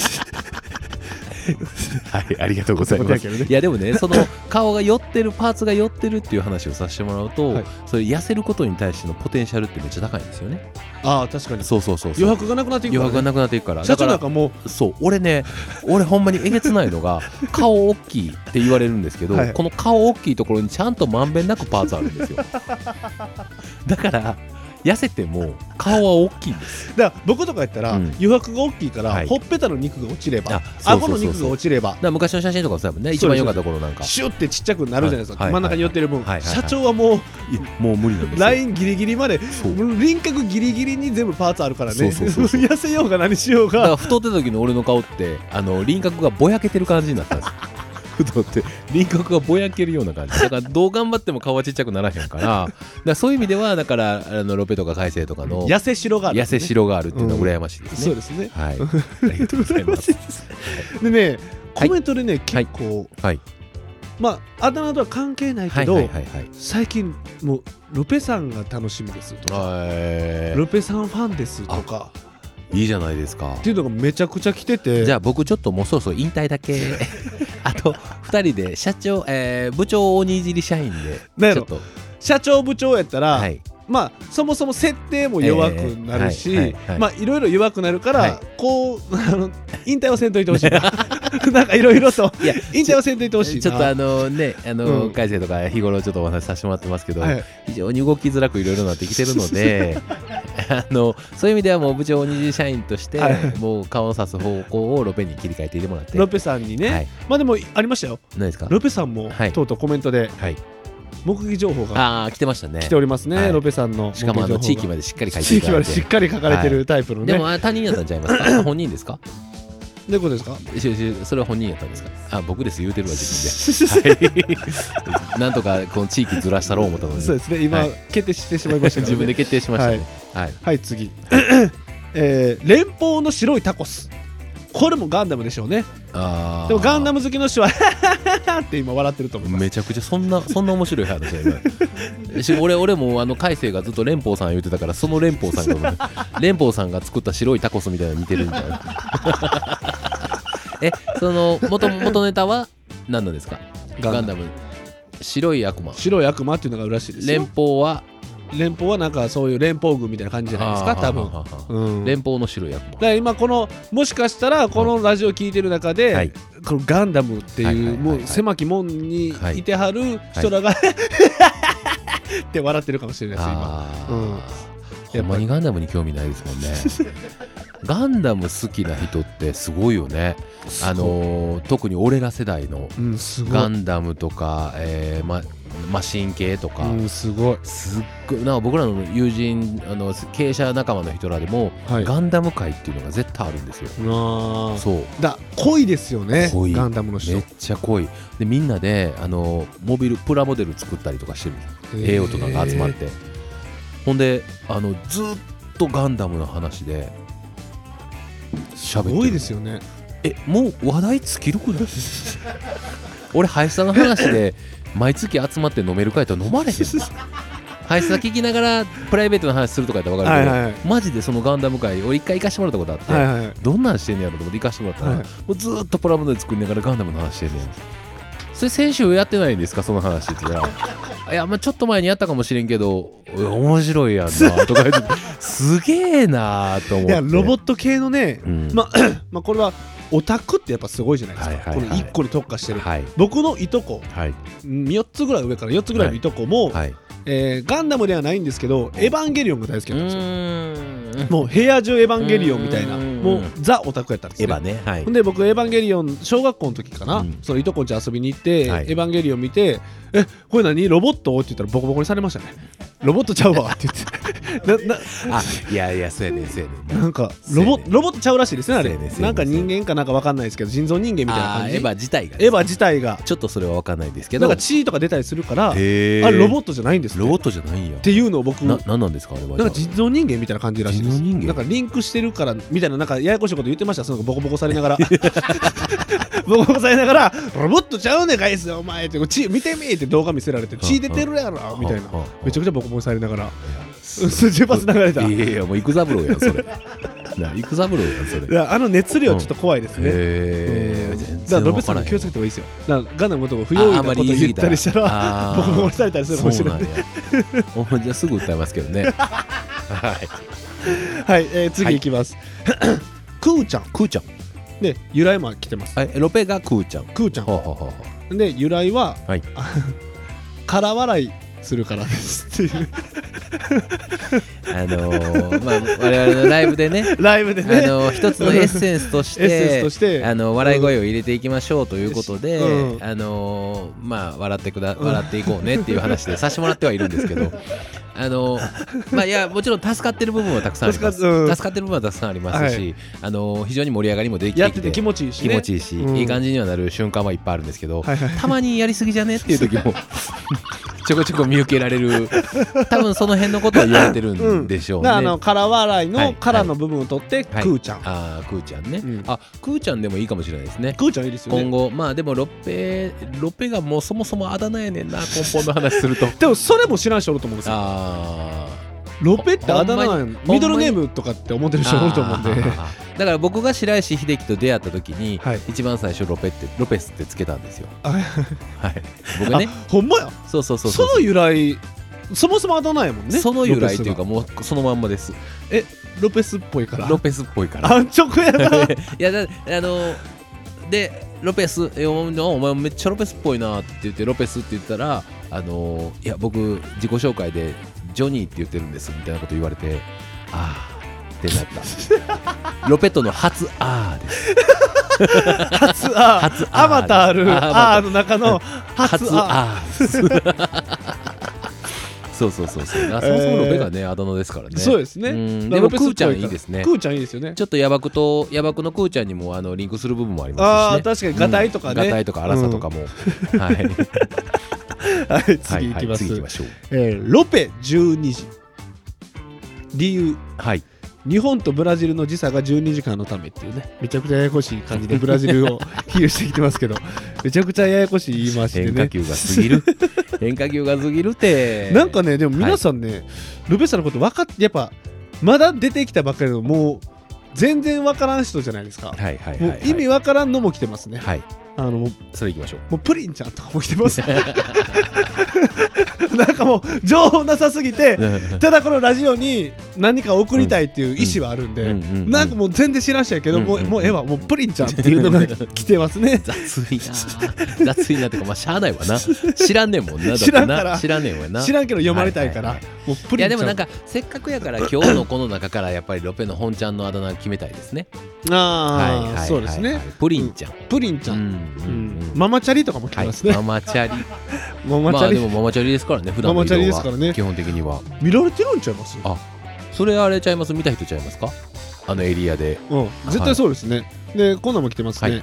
はい、ありがとうございます。いやでもね、その顔が寄ってる、パーツが寄ってるっていう話をさせてもらうと、はい、それ痩せることに対してのポテンシャルってめっちゃ高いんですよね。 ああ、確かに。 そう余白がなくなっていくから、ね、 余白がなくなっていくから。 社長なんかもう、 そう、俺ほんまにえげつないのが顔大きいって言われるんですけど、はい、この顔大きいところにちゃんとまんべんなくパーツあるんですよだから痩せても顔は大きいんです。 だから僕とかやったら、余白が大きいから、はい、ほっぺたの肉が落ちれば、顎の肉が落ちれば、 だから昔の写真とかさ、ね、一番良かった頃なんかシュッてちっちゃくなるじゃないですか、真ん中に寄ってる分、社長はもう無理なんですよ。 ラインギリギリまで、輪郭ギリギリに全部パーツあるからね。痩せようが何しようが。 だから太ってた時の俺の顔って輪郭がぼやけてる感じになったんですよ太って輪郭がぼやけるような感じだから、どう頑張っても顔はちっちゃくならへんからそういう意味ではだからロペとかカイセイとかの痩せ白がある、 痩せ白があるっていうのは羨ましいですね。 そうですね。 はい、ありがとうございますでね、コメントでね、結構、まああだ名とは関係ないけど、最近もうロペさんが楽しみですとか、ロペさんファンですとか、 いいじゃないですかっていうのがめちゃくちゃ来てて、 じゃあ僕ちょっともうそろそろ引退だけあと2人で社長、部長鬼いじり社員でちょっと社長部長やったら、 はい、 まあそもそも設定も弱くなるし、まあいろいろ弱くなるから、はい、こう引退はせんといてほしいななんかいろいろと引退はせんといてほしいな。 ちょっとね海星とか日頃ちょっとお話しさせてもらってますけど、はい、非常に動きづらくいろいろなってきてるのでそういう意味ではもう部長二次社員として、はい、もう顔を指す方向をロペに切り替えていてもらって、 ロペさんにね、はい、まあでもありましたよ。 何ですか？ ロペさんも、はい、とうとうコメントで、はい、目撃情報が来てましたね。 来ておりますね、はい、ロペさんのしかも地域までしっかり書いて地域までしっかり書かれてるタイプのね、 はい、でも他人やったんちゃいますか？本人ですか？ どういうことですか？ それは本人やったんですか？僕です言うてるわ自分で、はい、なんとかこの地域ずらしたろう思ったのにそうですね今、はい、決定してしまいましたからね自分で決定しましたね。 はい、はいはい、次連邦の白いタコス、これもガンダムでしょうね。でもガンダム好きの人はって今笑ってると思います。 めちゃくちゃそんな面白い話だ今俺も海星がずっと連邦さん言ってたから、その連邦さんが連邦さんが作った白いタコスみたいなの似てるみたいなその元ネタは何なんですか？ガンダム白い悪魔っていうのがあるらしいですよ。連邦はなんかそういう連邦軍みたいな感じじゃないですか多分、 連邦の白い悪魔だから今もしかしたらこのラジオ聞いてる中で、はい、このガンダムっていうもう狭き門にいてはる人らが、はい、って笑ってるかもしれないです今。 ほんまにガンダムに興味ないですもんねガンダム好きな人ってすごいよね。特に俺ら世代のガンダムとか、マシン系とか、 すごいなんか僕らの友人経営者仲間の人らでも、はい、ガンダム界っていうのが絶対あるんですよ。そうだ濃いですよね。ガンダムの人めっちゃ濃いで、みんなでプラモデル作ったりとかしてる大人が集まって、ほんでずっとガンダムの話で喋ってる。すごいですよね。 もう話題尽きるくらい俺林さんの話で毎月集まって飲めるかいと飲まれへん林さん聞きながらプライベートの話するとかやったら分かるけど、はいはいはい、マジでそのガンダム会俺一回行かしてもらったことあって、はいはい、どんなんしてんねやろと思って行かしてもらったら、はい、もうずっとプラモデル作りながらガンダムの話してんねん。それ先週やってないんですかその話って言ったらいやちょっと前にやったかもしれんけど面白いやんなとか言ってすげえなと思って。いやロボット系のね、まあこれはオタクってやっぱすごいじゃないですか、はいはいはい、この1個に特化してる、はい、僕のいとこ、はい、4つぐらい上から4つぐらいのいとこも、はいガンダムではないんですけどエヴァンゲリオンが大好きなんですよ。もう部屋中エヴァンゲリオンみたいなもうザオタクやったんですね。 エヴァね、はい、 で僕エヴァンゲリオン小学校の時かな、そのいとこんち遊びに行って、はい、エヴァンゲリオン見てこれ何ロボットって言ったらボコボコにされましたね。ロボットちゃうわって言っていやそうやねなんかロボットちゃうらしいですねあれ。なんか人間かなんか分かんないですけど人造人間みたいな感じ。 エヴァ自体がちょっとそれは分かんないですけどなんか血とか出たりするからあれロボットじゃないんですね。 ロボットじゃないんやっていうのを僕何なんですかあれは。 なんか人造人間みたいな感じらしいです。なんかリンクしてるからみたいななんかややこしいこと言ってました。そのボコボコされながらボコボコされながらロボットちゃうねんかいすよお前って血見てみって動画見せられて血出てるやろみたいなめちゃくちゃボコボコされながら筋パス流れた。 いやもう育三郎やんそれ育三郎やんそれ。 いや熱量ちょっと怖いですね。だからロベさんも気をつけた方がいいですよ。だからガンダムのことを不用意なこと言ったりしたらボコボコされたりするかもしれない。 じゃあすぐ訴えますけどねはい、次いきます、はい、クーちゃんで由来も来てます。 ロペがクーちゃんで由来は、はい、空笑いするからですっていう我々のライブでね一つのエッセンスとして笑い声を入れていきましょうということで、笑っていこうねっていう話でさせてもらってはいるんですけどいやもちろん助かってる部分はたくさんあります。助かってる部分はたくさんありますし、非常に盛り上がりもできてきてやってて気持ちいいし、 いい感じにはなる瞬間はいっぱいあるんですけど、たまにやりすぎじゃねっていう時もちょこちょこ見受けられる多分その辺のことは言われてるんでしょうね。 空笑いの空の部分を取ってクーちゃん、 クーちゃんね、クーちゃんでもいいかもしれないですね。 クーちゃんいいですよね。 今後でもロッペがもうそもそもあだ名やねんな根本の話するとでもそれも知らん人おると思うんですよ。 ロペってあだ名なんミドルネームとかって思ってる人多いと思うんで。 だから僕が白石秀樹と出会った時に、 はい、 一番最初ロペスってつけたんですよ。はい、僕ね。 ほんまや。 そうその由来、そもそもあだ名やもんね。 その由来というかもうそのまんまです。 ロペスっぽいから。 ロペスっぽいから。 安直やな。いやでロペスお前めっちゃロペスっぽいなって言ってロペスって言ったらいや僕自己紹介でジョニーって言ってるんですみたいなこと言われてあーってなったロペットの初あーです初あーあまたあるあーの中の初あーそうそもそもロペがねあだ名ですからね。 そうですね。 でもクーちゃんいいですね。 クーちゃんいいですよね。 ちょっとヤバクのクーちゃんにもリンクする部分もありますしね。 ああ確かにガタイとかね。 ガタイとか粗さとかも。はい。 はい、次いきます。 次行きましょう。 ロペ12時。理由。 はい。 日本とブラジルの時差が12時間のためっていうね、めちゃくちゃややこしい感じでブラジルを比喩してきてますけど、めちゃくちゃややこしい言い回しでね。 変化球が過ぎる。変化球が過ぎるって。 なんかね、でも皆さんね、ロペさんのこと分かって、やっぱまだ出てきたばっかりのもう全然分からん人じゃないですか。もう意味分からんのも来てますね。 はい。それいきましょう。 もうプリンちゃんとかも来てますなんかもう情報なさすぎてただこのラジオに何か送りたいっていう意思はあるんでなんかもう全然知らんしやけどもうええわもうプリンちゃんっていうのが来てますね雑いなってかまあしゃあないわな知らんねんもんな知らんから知らんねんわな知らんけど読まれたいからもうプリンちゃん。いやでもなんかせっかくやから今日のこの中からやっぱりロペの本ちゃんのあだ名決めたいですね。 ああそうですね。 プリンちゃんプリンちゃんママチャリとかも来てますね。 ママチャリまあでもママチャリですからね。普段の移動は基本的には見られてるんちゃいます。 あそれあれちゃいます。見た人ちゃいますかあのエリアで。 絶対そうですね。でこんなも来てますね。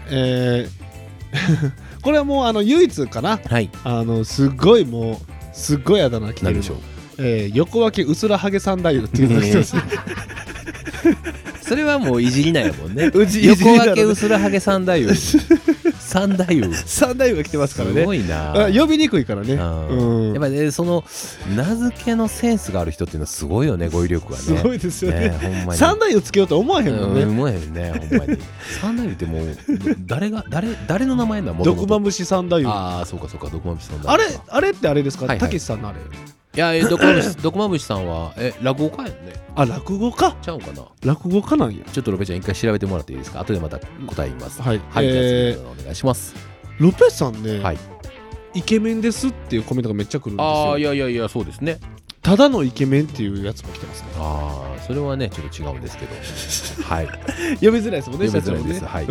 これはもう唯一かな。すごいもうすごいあだ名来てる。横分けうすらハゲ三太夫っていうのが来てますね。 それはもういじりなんやもんね。横分けうすらハゲ三太夫三太夫が来てますからね。 すごいな。 呼びにくいからね。 やっぱねその名付けのセンスがある人っていうのはすごいよね。語彙力がね。 すごいですよね。三太夫つけようと思わへんもんね。 思わへんねほんまに。三太夫ってもう誰の名前なの。 毒まむし三太夫。 ああそうか毒まむし三太夫。 あれってあれですか。たけしさんのあれ。 いや毒まむしさんは落語家やんね。 あ落語家ちゃうんかな。 落語家なんや。 ちょっとロペちゃん一回調べてもらっていいですか。後でまた答え言います。 はい。 じゃあ次お願いします。 ロペさんね、イケメンですっていうコメントがめっちゃ来るんですよ。 いやそうですね。 ただのイケメンっていうやつも来てますね。 それはねちょっと違うんですけどはい読みづらいですもんね。 読みづらいです。はい。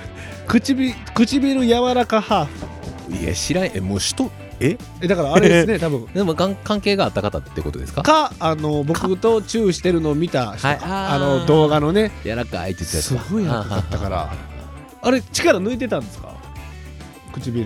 唇柔らかハーフ。いや知らんもうだからあれですね多分でも関係があった方ってことですか。 僕とチューしてるのを見た人動画のね柔らかいって言ってすごい柔らかかったからあれ力抜いてたんですか唇。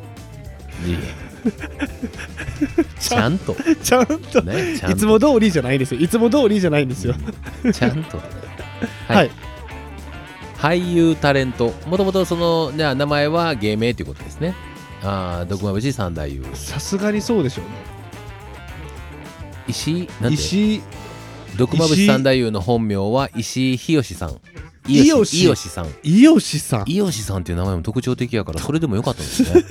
ちゃんとねいつも通りじゃないですよ。いつも通りじゃないんですよ。 ちゃんとはい俳優タレントもともとその名前は芸名ということですね。毒まぶし三太夫。 さすがにそうでしょうね。 石毒まぶし三太夫の本名は石井日吉さん。伊予さんっていう名前も特徴的やからそれでもよかったんですね。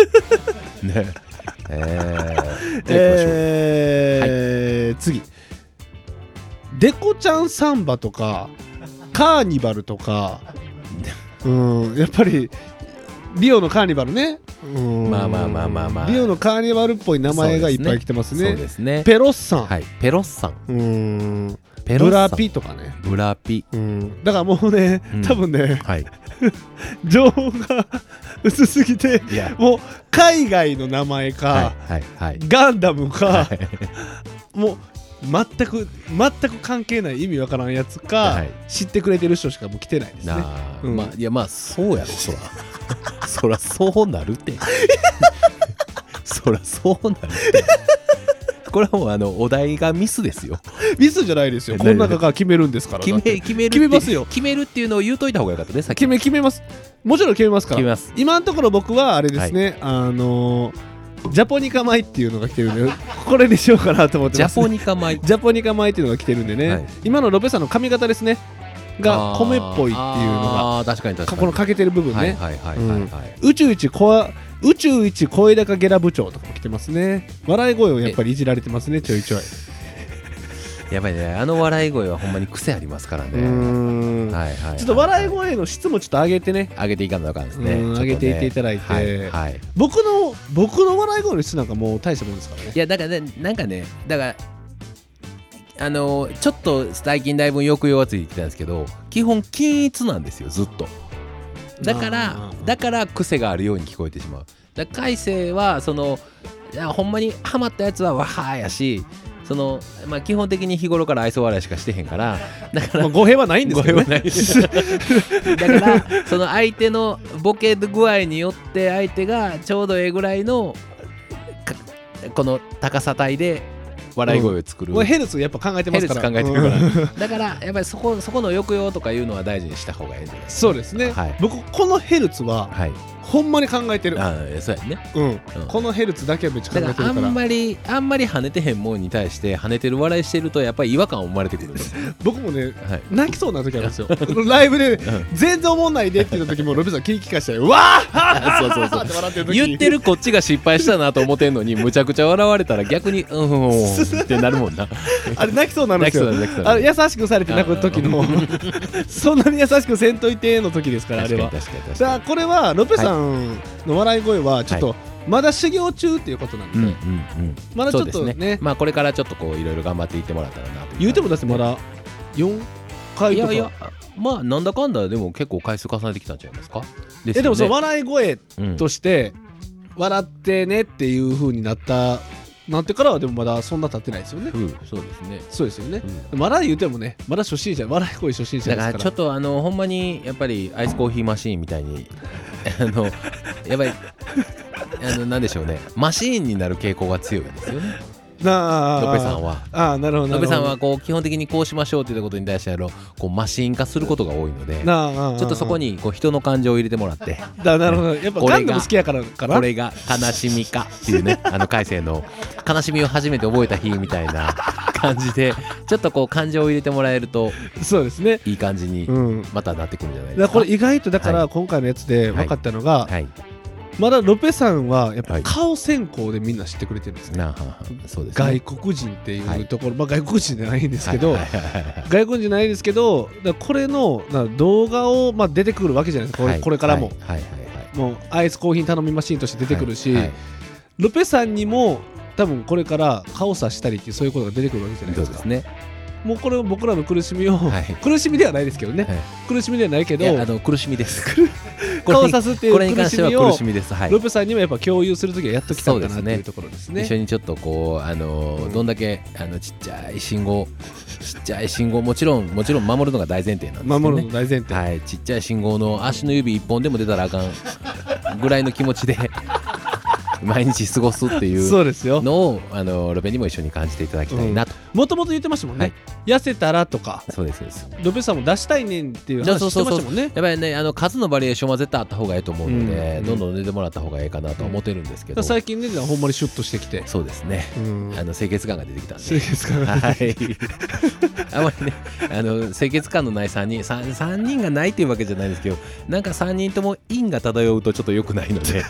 次デコちゃんサンバとかカーニバルとかやっぱりリオのカーニバルね。 まあリオのカーニバルっぽい名前がいっぱい来てますね。 そうですね。 ペロッサン。 ペロッサン。 ブラピとかね。 ブラピ。 だからもうね多分ね情報が薄すぎてもう海外の名前かガンダムかもう全く関係ない意味わからんやつか知ってくれてる人しかもう来てないですね。 いやまあそうやろそらそうなるってそらそうなるってこれはもうお題がミスですよ。 ミスじゃないですよ。この中から決めるんですから。決めますよ。 決めるっていうのを言うといた方がよかったね。 決めます。もちろん決めますから。今のところ僕はあれですね、 ジャポニカ米っていうのが来てるんで、これにしようかなと思ってます。 ジャポニカ米。 ジャポニカ米っていうのが来てるんでね、はい、今のロペさんの髪型ですねが米っぽいっていうのが、 確かに確かにこの欠けてる部分ね。宇宙一声高ゲラ部長とかも来てますね。笑い声をやっぱりいじられてますね、ちょいちょい。 やばいね、あの笑い声はほんまに癖ありますからね。 ちょっと笑い声の質もちょっと上げてね、 上げていかなあかんですね。 上げていっていただいて、僕の笑い声の質なんかもう大したもんですからね。 いやだからね、なんかね、だからちょっと最近だいぶ抑揚がついてきたんですけど、基本均一なんですよ、ずっと。だから癖があるように聞こえてしまう。だから海星はほんまにハマったやつはわはやし、基本的に日頃から愛想笑いしかしてへんから、だから語弊はないんですけどね。 だから相手のボケ具合によって相手がちょうどええぐらいのこの高さ帯で笑い声を作る、 ヘルツやっぱ考えてますから。 ヘルツ考えてるから、だからやっぱりそこの抑揚とかいうのは大事にした方がいいんじゃないですか。 そうですね、僕このヘルツは、ほんまに考えてる。 そうやね、 このヘルツだけはめっちゃ考えてるから。 あんまり跳ねてへんもんに対して跳ねてる笑いしてるとやっぱり違和感生まれてくる僕もね、泣きそうな時あるんですよ。ライブで全然思んないでって言った時もロビさん気利かしてうわーそうって笑ってる時言ってるこっちが失敗したなと思ってんのにむちゃくちゃ笑われたら逆にってなるもんな。 あれ泣きそうなんですよ。優しくされて泣く時のそんなに優しくせんといての時ですから、あれは。さあこれはロペさんの笑い声はちょっとまだ修行中っていうことなんで、まだちょっとね、 まあこれからちょっとこういろいろ頑張っていってもらったらなと。 言うてもだってまだ4回とか。 いやまあなんだかんだでも結構回数重ねてきたんちゃいますか。 でもその笑い声として笑ってねっていう風になってからはでもまだそんな経ってないですよね。 そうですね。 そうですよね。まだ言うてもね、まだ初心者、笑い声初心者ですから。 だからちょっとほんまにやっぱりアイスコーヒーマシーンみたいにやっぱりなんでしょうね、マシーンになる傾向が強いですよね。ロペさんは。 なるほど。 ロペさんはこう基本的にこうしましょうということに対してこうマシン化することが多いので、ちょっとそこにこう人の感情を入れてもらって。 なるほど。やっぱガンダム好きやからかな。 これが悲しみかっていうね、海星の悲しみを初めて覚えた日みたいな感じで、ちょっとこう感情を入れてもらえると、 そうですね。 いい感じにまたなってくるんじゃないですか。 これ意外とだから今回のやつで分かったのが。まだロペさんはやっぱ顔先行でみんな知ってくれてるんですね。 そうですね。 外国人っていうところ、外国人じゃないんですけど、外国人じゃないですけど、これの動画を出てくるわけじゃないですか。これからももうアイスコーヒー頼みマシーンとして出てくるし、ロペさんにも多分これから顔さしたりっていうそういうことが出てくるわけじゃないですか。そうですね。もうこれ僕らの苦しみを、苦しみではないですけどね、苦しみではないけど、 苦しみです。 顔さすっていう苦しみをロペさんにもやっぱ共有するときはやっときたんだなっていうところですね。 一緒にちょっとこうどんだけちっちゃい信号もちろん守るのが大前提なんですけどね。 守るの大前提。 はい、ちっちゃい信号の足の指一本でも出たらあかんぐらいの気持ちで毎日過ごすっていうのをロペにも一緒に感じていただきたいなと。 もともと言ってましたもんね、痩せたらとか。 そうです。 ロペさんも出したいねんっていう話してましたもんね。 やっぱりね、数のバリエーションは絶対あった方がいいと思うので、どんどん出てもらった方がいいかなと思ってるんですけど、 最近ねほんまにシュッとしてきて。 そうですね、清潔感が出てきたんで。 清潔感が出てきて、 あまりね清潔感のない3人がないっていうわけじゃないですけど、なんか3人とも陰が漂うとちょっと良くないので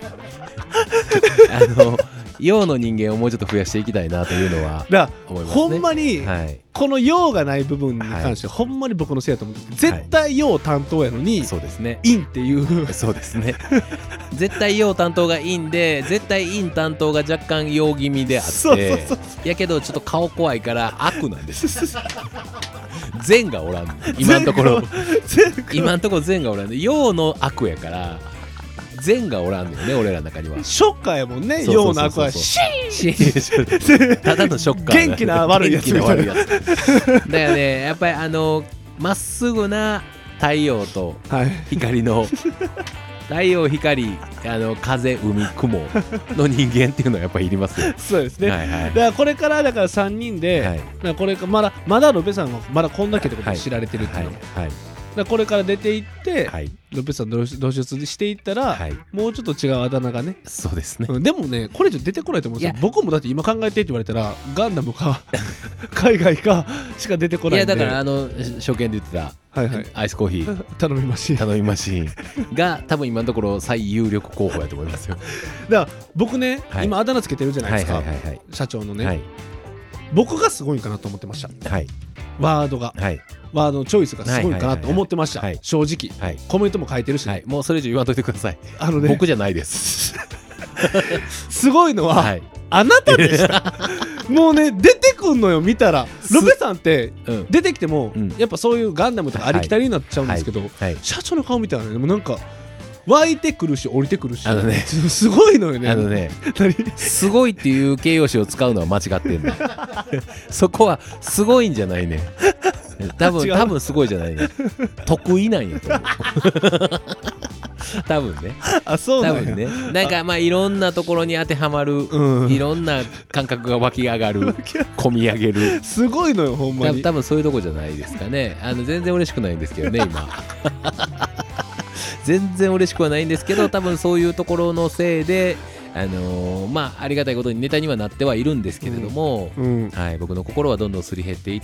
陽の人間をもうちょっと増やしていきたいなというのは思いますね。 ほんまに、この陽がない部分に関して、ほんまに僕のせいだと思って、絶対陽担当やのに、 そうですね、 陰っていうそうですね絶対陽担当が陰で、絶対陰担当が若干陽気味であって、やけどちょっと顔怖いから悪なんです善がおらん今のところ善がおらん陽の悪やから善がおらんのよね、俺らの中には。 ショッカーやもんね、陽の悪はシーただのショッカー、 元気な悪いやつみたいな。 だからね、やっぱりまっすぐな太陽と光の、太陽光風海雲の人間っていうのはやっぱりいりますよ。 そうですね。だからこれからだから3人で、これまだロペさんはまだこんだけってことで知られてるっていうのもらこれから出ていって、 はい、 ロペスさんの露出していったら、 はい、 もうちょっと違うあだ名がね。 そうですね、 でもねこれ以上出てこないと思うんですよ。僕もだって今考えてって言われたらガンダムか海外かしか出てこないんで。 いやだから初見で言ってた、はいはい、アイスコーヒー頼みマシーンが多分今のところ最有力候補やと思いますよ。 だから僕ね、はい、今あだ名つけてるじゃないですか、 はいはいはいはい、 社長のね、 はい、 僕がすごいかなと思ってました、はい、ワードが、はい、ワードのチョイスがすごいかなと思ってました、はいはいはいはい、正直、はい、コメントも書いてるし、 はい、もうそれ以上言わんといてください。ね、僕じゃないですすごいのは、はい、あなたでしたもうね出てくんのよ見たら。ロペさんって出てきても、やっぱそういうガンダムとかありきたりになっちゃうんですけど、はいはいはい、社長の顔見たらねもうなんか湧いてくるし降りてくるし、 ね、 すごいのよね。 すごいっていう形容詞を使うのは間違ってんだそこはすごいんじゃないね。多分すごいじゃないね。得意なんやと思う多分ね。 あ、そうなんや。 多分ね。なんかまあいろんなところに当てはまる、いろんな感覚が湧き上がる込み上げるすごいのよほんまに。 多分そういうとこじゃないですかね。全然嬉しくないんですけどね今全然嬉しくはないんですけど、多分そういうところのせいでまあありがたいことにネタにはなってはいるんですけれども、はい、僕の心はどんどんすり減っていって。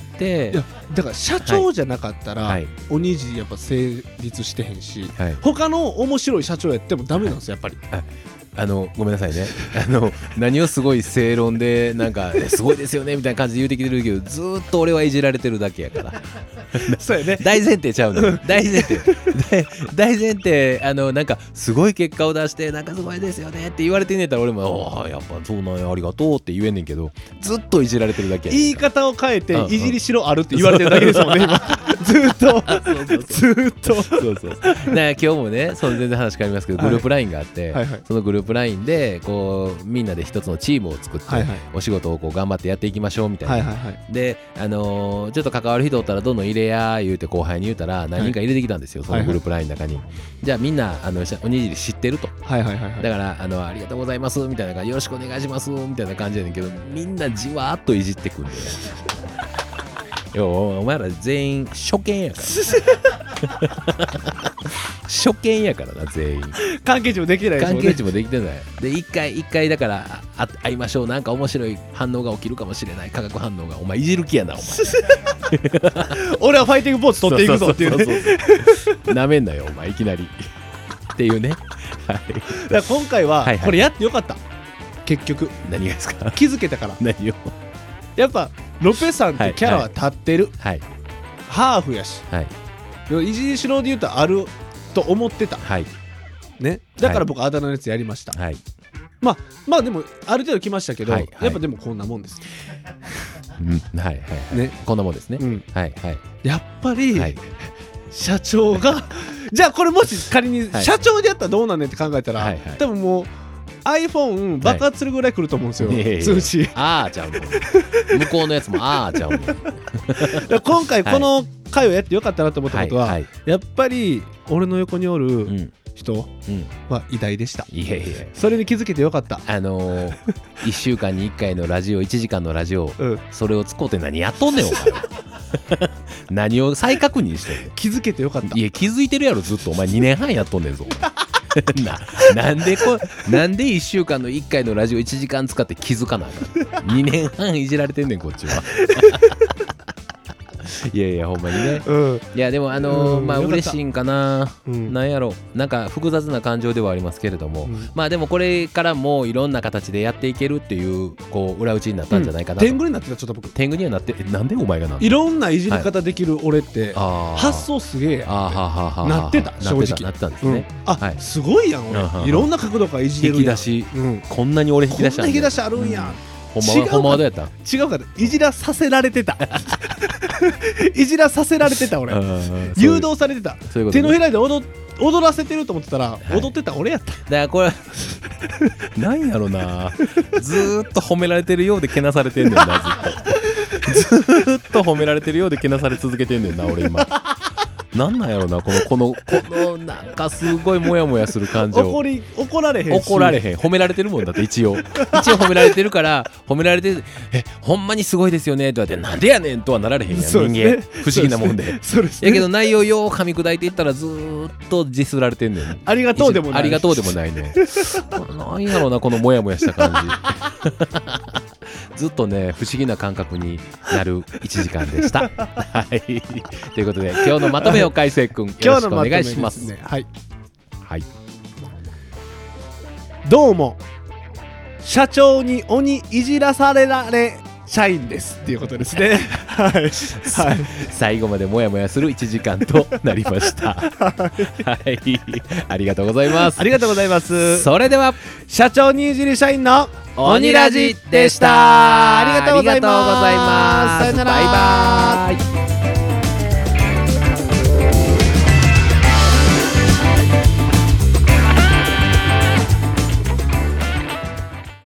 いやだから社長じゃなかったら、はい、おにじやっぱ成立してへんし、はい、他の面白い社長やってもダメなんですよやっぱり。 ごめんなさいね何をすごい正論でなんかすごいですよねみたいな感じで言うてきてるけど、ずーっと俺はいじられてるだけやからそうやね。 大前提ちゃうの大前提なんかすごい結果を出してなんかすごいですよねって言われてんねんたら俺もやっぱそうなんやありがとうって言えんねんけど、ずっといじられてるだけや。 言い方を変えていじりしろあるって言われてるだけですもんね今ずっとずっとそうだから今日もね全然話変わりますけど、グループ LINE があって、はいはいはい、そのグループラインでこうみんなで一つのチームを作って、はいはい、お仕事をこう頑張ってやっていきましょうみたいな、はいはいはい、で、ちょっと関わる人おったらどんどん入れや言うて後輩に言うたら何人か入れてきたんですよ、はい、そのグループラインの中に、はいはい、じゃあみんなおにぎり知ってると、はいはいはいはい、だからありがとうございますみたいな感じ、よろしくお願いしますみたいな感じやねんけど、みんなじわーっといじってくんでお前ら全員初見やから初見やからな全員。 関係値もできてないですもんね。 関係値もできてないで、一回だから会いましょう、なんか面白い反応が起きるかもしれない、化学反応が。お前いじる気やなお前俺はファイティングポーズ取っていくぞっていうね。 なめんなよお前いきなりっていうね、はい、 だから今回はこれやってよかった、はいはい、結局。 何がですか。 気づけたから。 何を。 やっぱロペさんってキャラは立ってる、 はい、 ハーフやし、はい、いじりしろで言うとあると思ってた、はいね、だから僕あだ名のやつやりました、はい、まあでもある程度来ましたけど、はいはい、やっぱでもこんなもんです、 はいはい、ね、こんなもんですね、はいはい、 やっぱり、はい、社長がじゃあこれもし仮に社長でやったらどうなんねんって考えたら、はいはい、多分もうiPhone 爆発するぐらい来ると思うんですよ、はい、通知。 あーちゃうの向こうのやつもあーちゃうの今回この回をやってよかったなと思ったことは、はいはい、やっぱり俺の横におる人は偉大でした、 いやいやそれに気づけてよかった。 1週間に1回のラジオ、1時間のラジオ、それを使うて何やっとんねんお前何を再確認してんの。 気づけてよかった。 いや気づいてるやろずっと、お前2年半やっとんねんぞなんで1週間の1回のラジオ1時間使って気づかないか2年半いじられてんねんこっちはいやいやほんまにね、いやでもまあ嬉しいんかな、なんやろ、なんか複雑な感情ではありますけれども、まあでもこれからもいろんな形でやっていけるっていうこう裏打ちになったんじゃないかなと。 天狗になってた。ちょっと僕天狗にはなって、なんでお前がないろんないじり方できる俺って発想すげえなってた。正直なってたんですね。 すごいやん俺、いろんな角度からいじれるやん。 引き出し、こんなに俺引き出しある、 こんな引き出しあるんやん。 ほんまはどうやったん。 違うからいじらさせられてたいじらさせられてた俺、誘導されてた。手のひらで踊らせてると思ってたら、踊ってた俺やった。 だからこれなんやろな、ずーっと褒められてるようでけなされてんねんなずっと褒められてるようでけなされ続けてんねんな俺今なんなんやろなこのなんかすごいモヤモヤする感情。 怒られへんし、 怒られへん、褒められてるもんだって一応褒められてるから褒められてる、ほんまにすごいですよねと言われて、なんでやねんとはなられへんやん、人間不思議なもんで。 そうですね。 やけど内容よう噛み砕いていったらずーっとディスられてんねん。 ありがとうでもない、 ありがとうでもないね。なんやろうなこのモヤモヤした感じ。ずっとね不思議な感覚になる1時間でした。はい、ということで今日のまとめを海星君よろしくお願いします。 はい、 はい、 どうも社長に鬼いじらされられ社員ですっていうことですね。はい、はい、 最後までモヤモヤする1時間となりました。はい、ありがとうございます。 ありがとうございます。 それでは社長にいじり社員の鬼ラジでした。 ありがとうございます。 さよなら。バイバイ。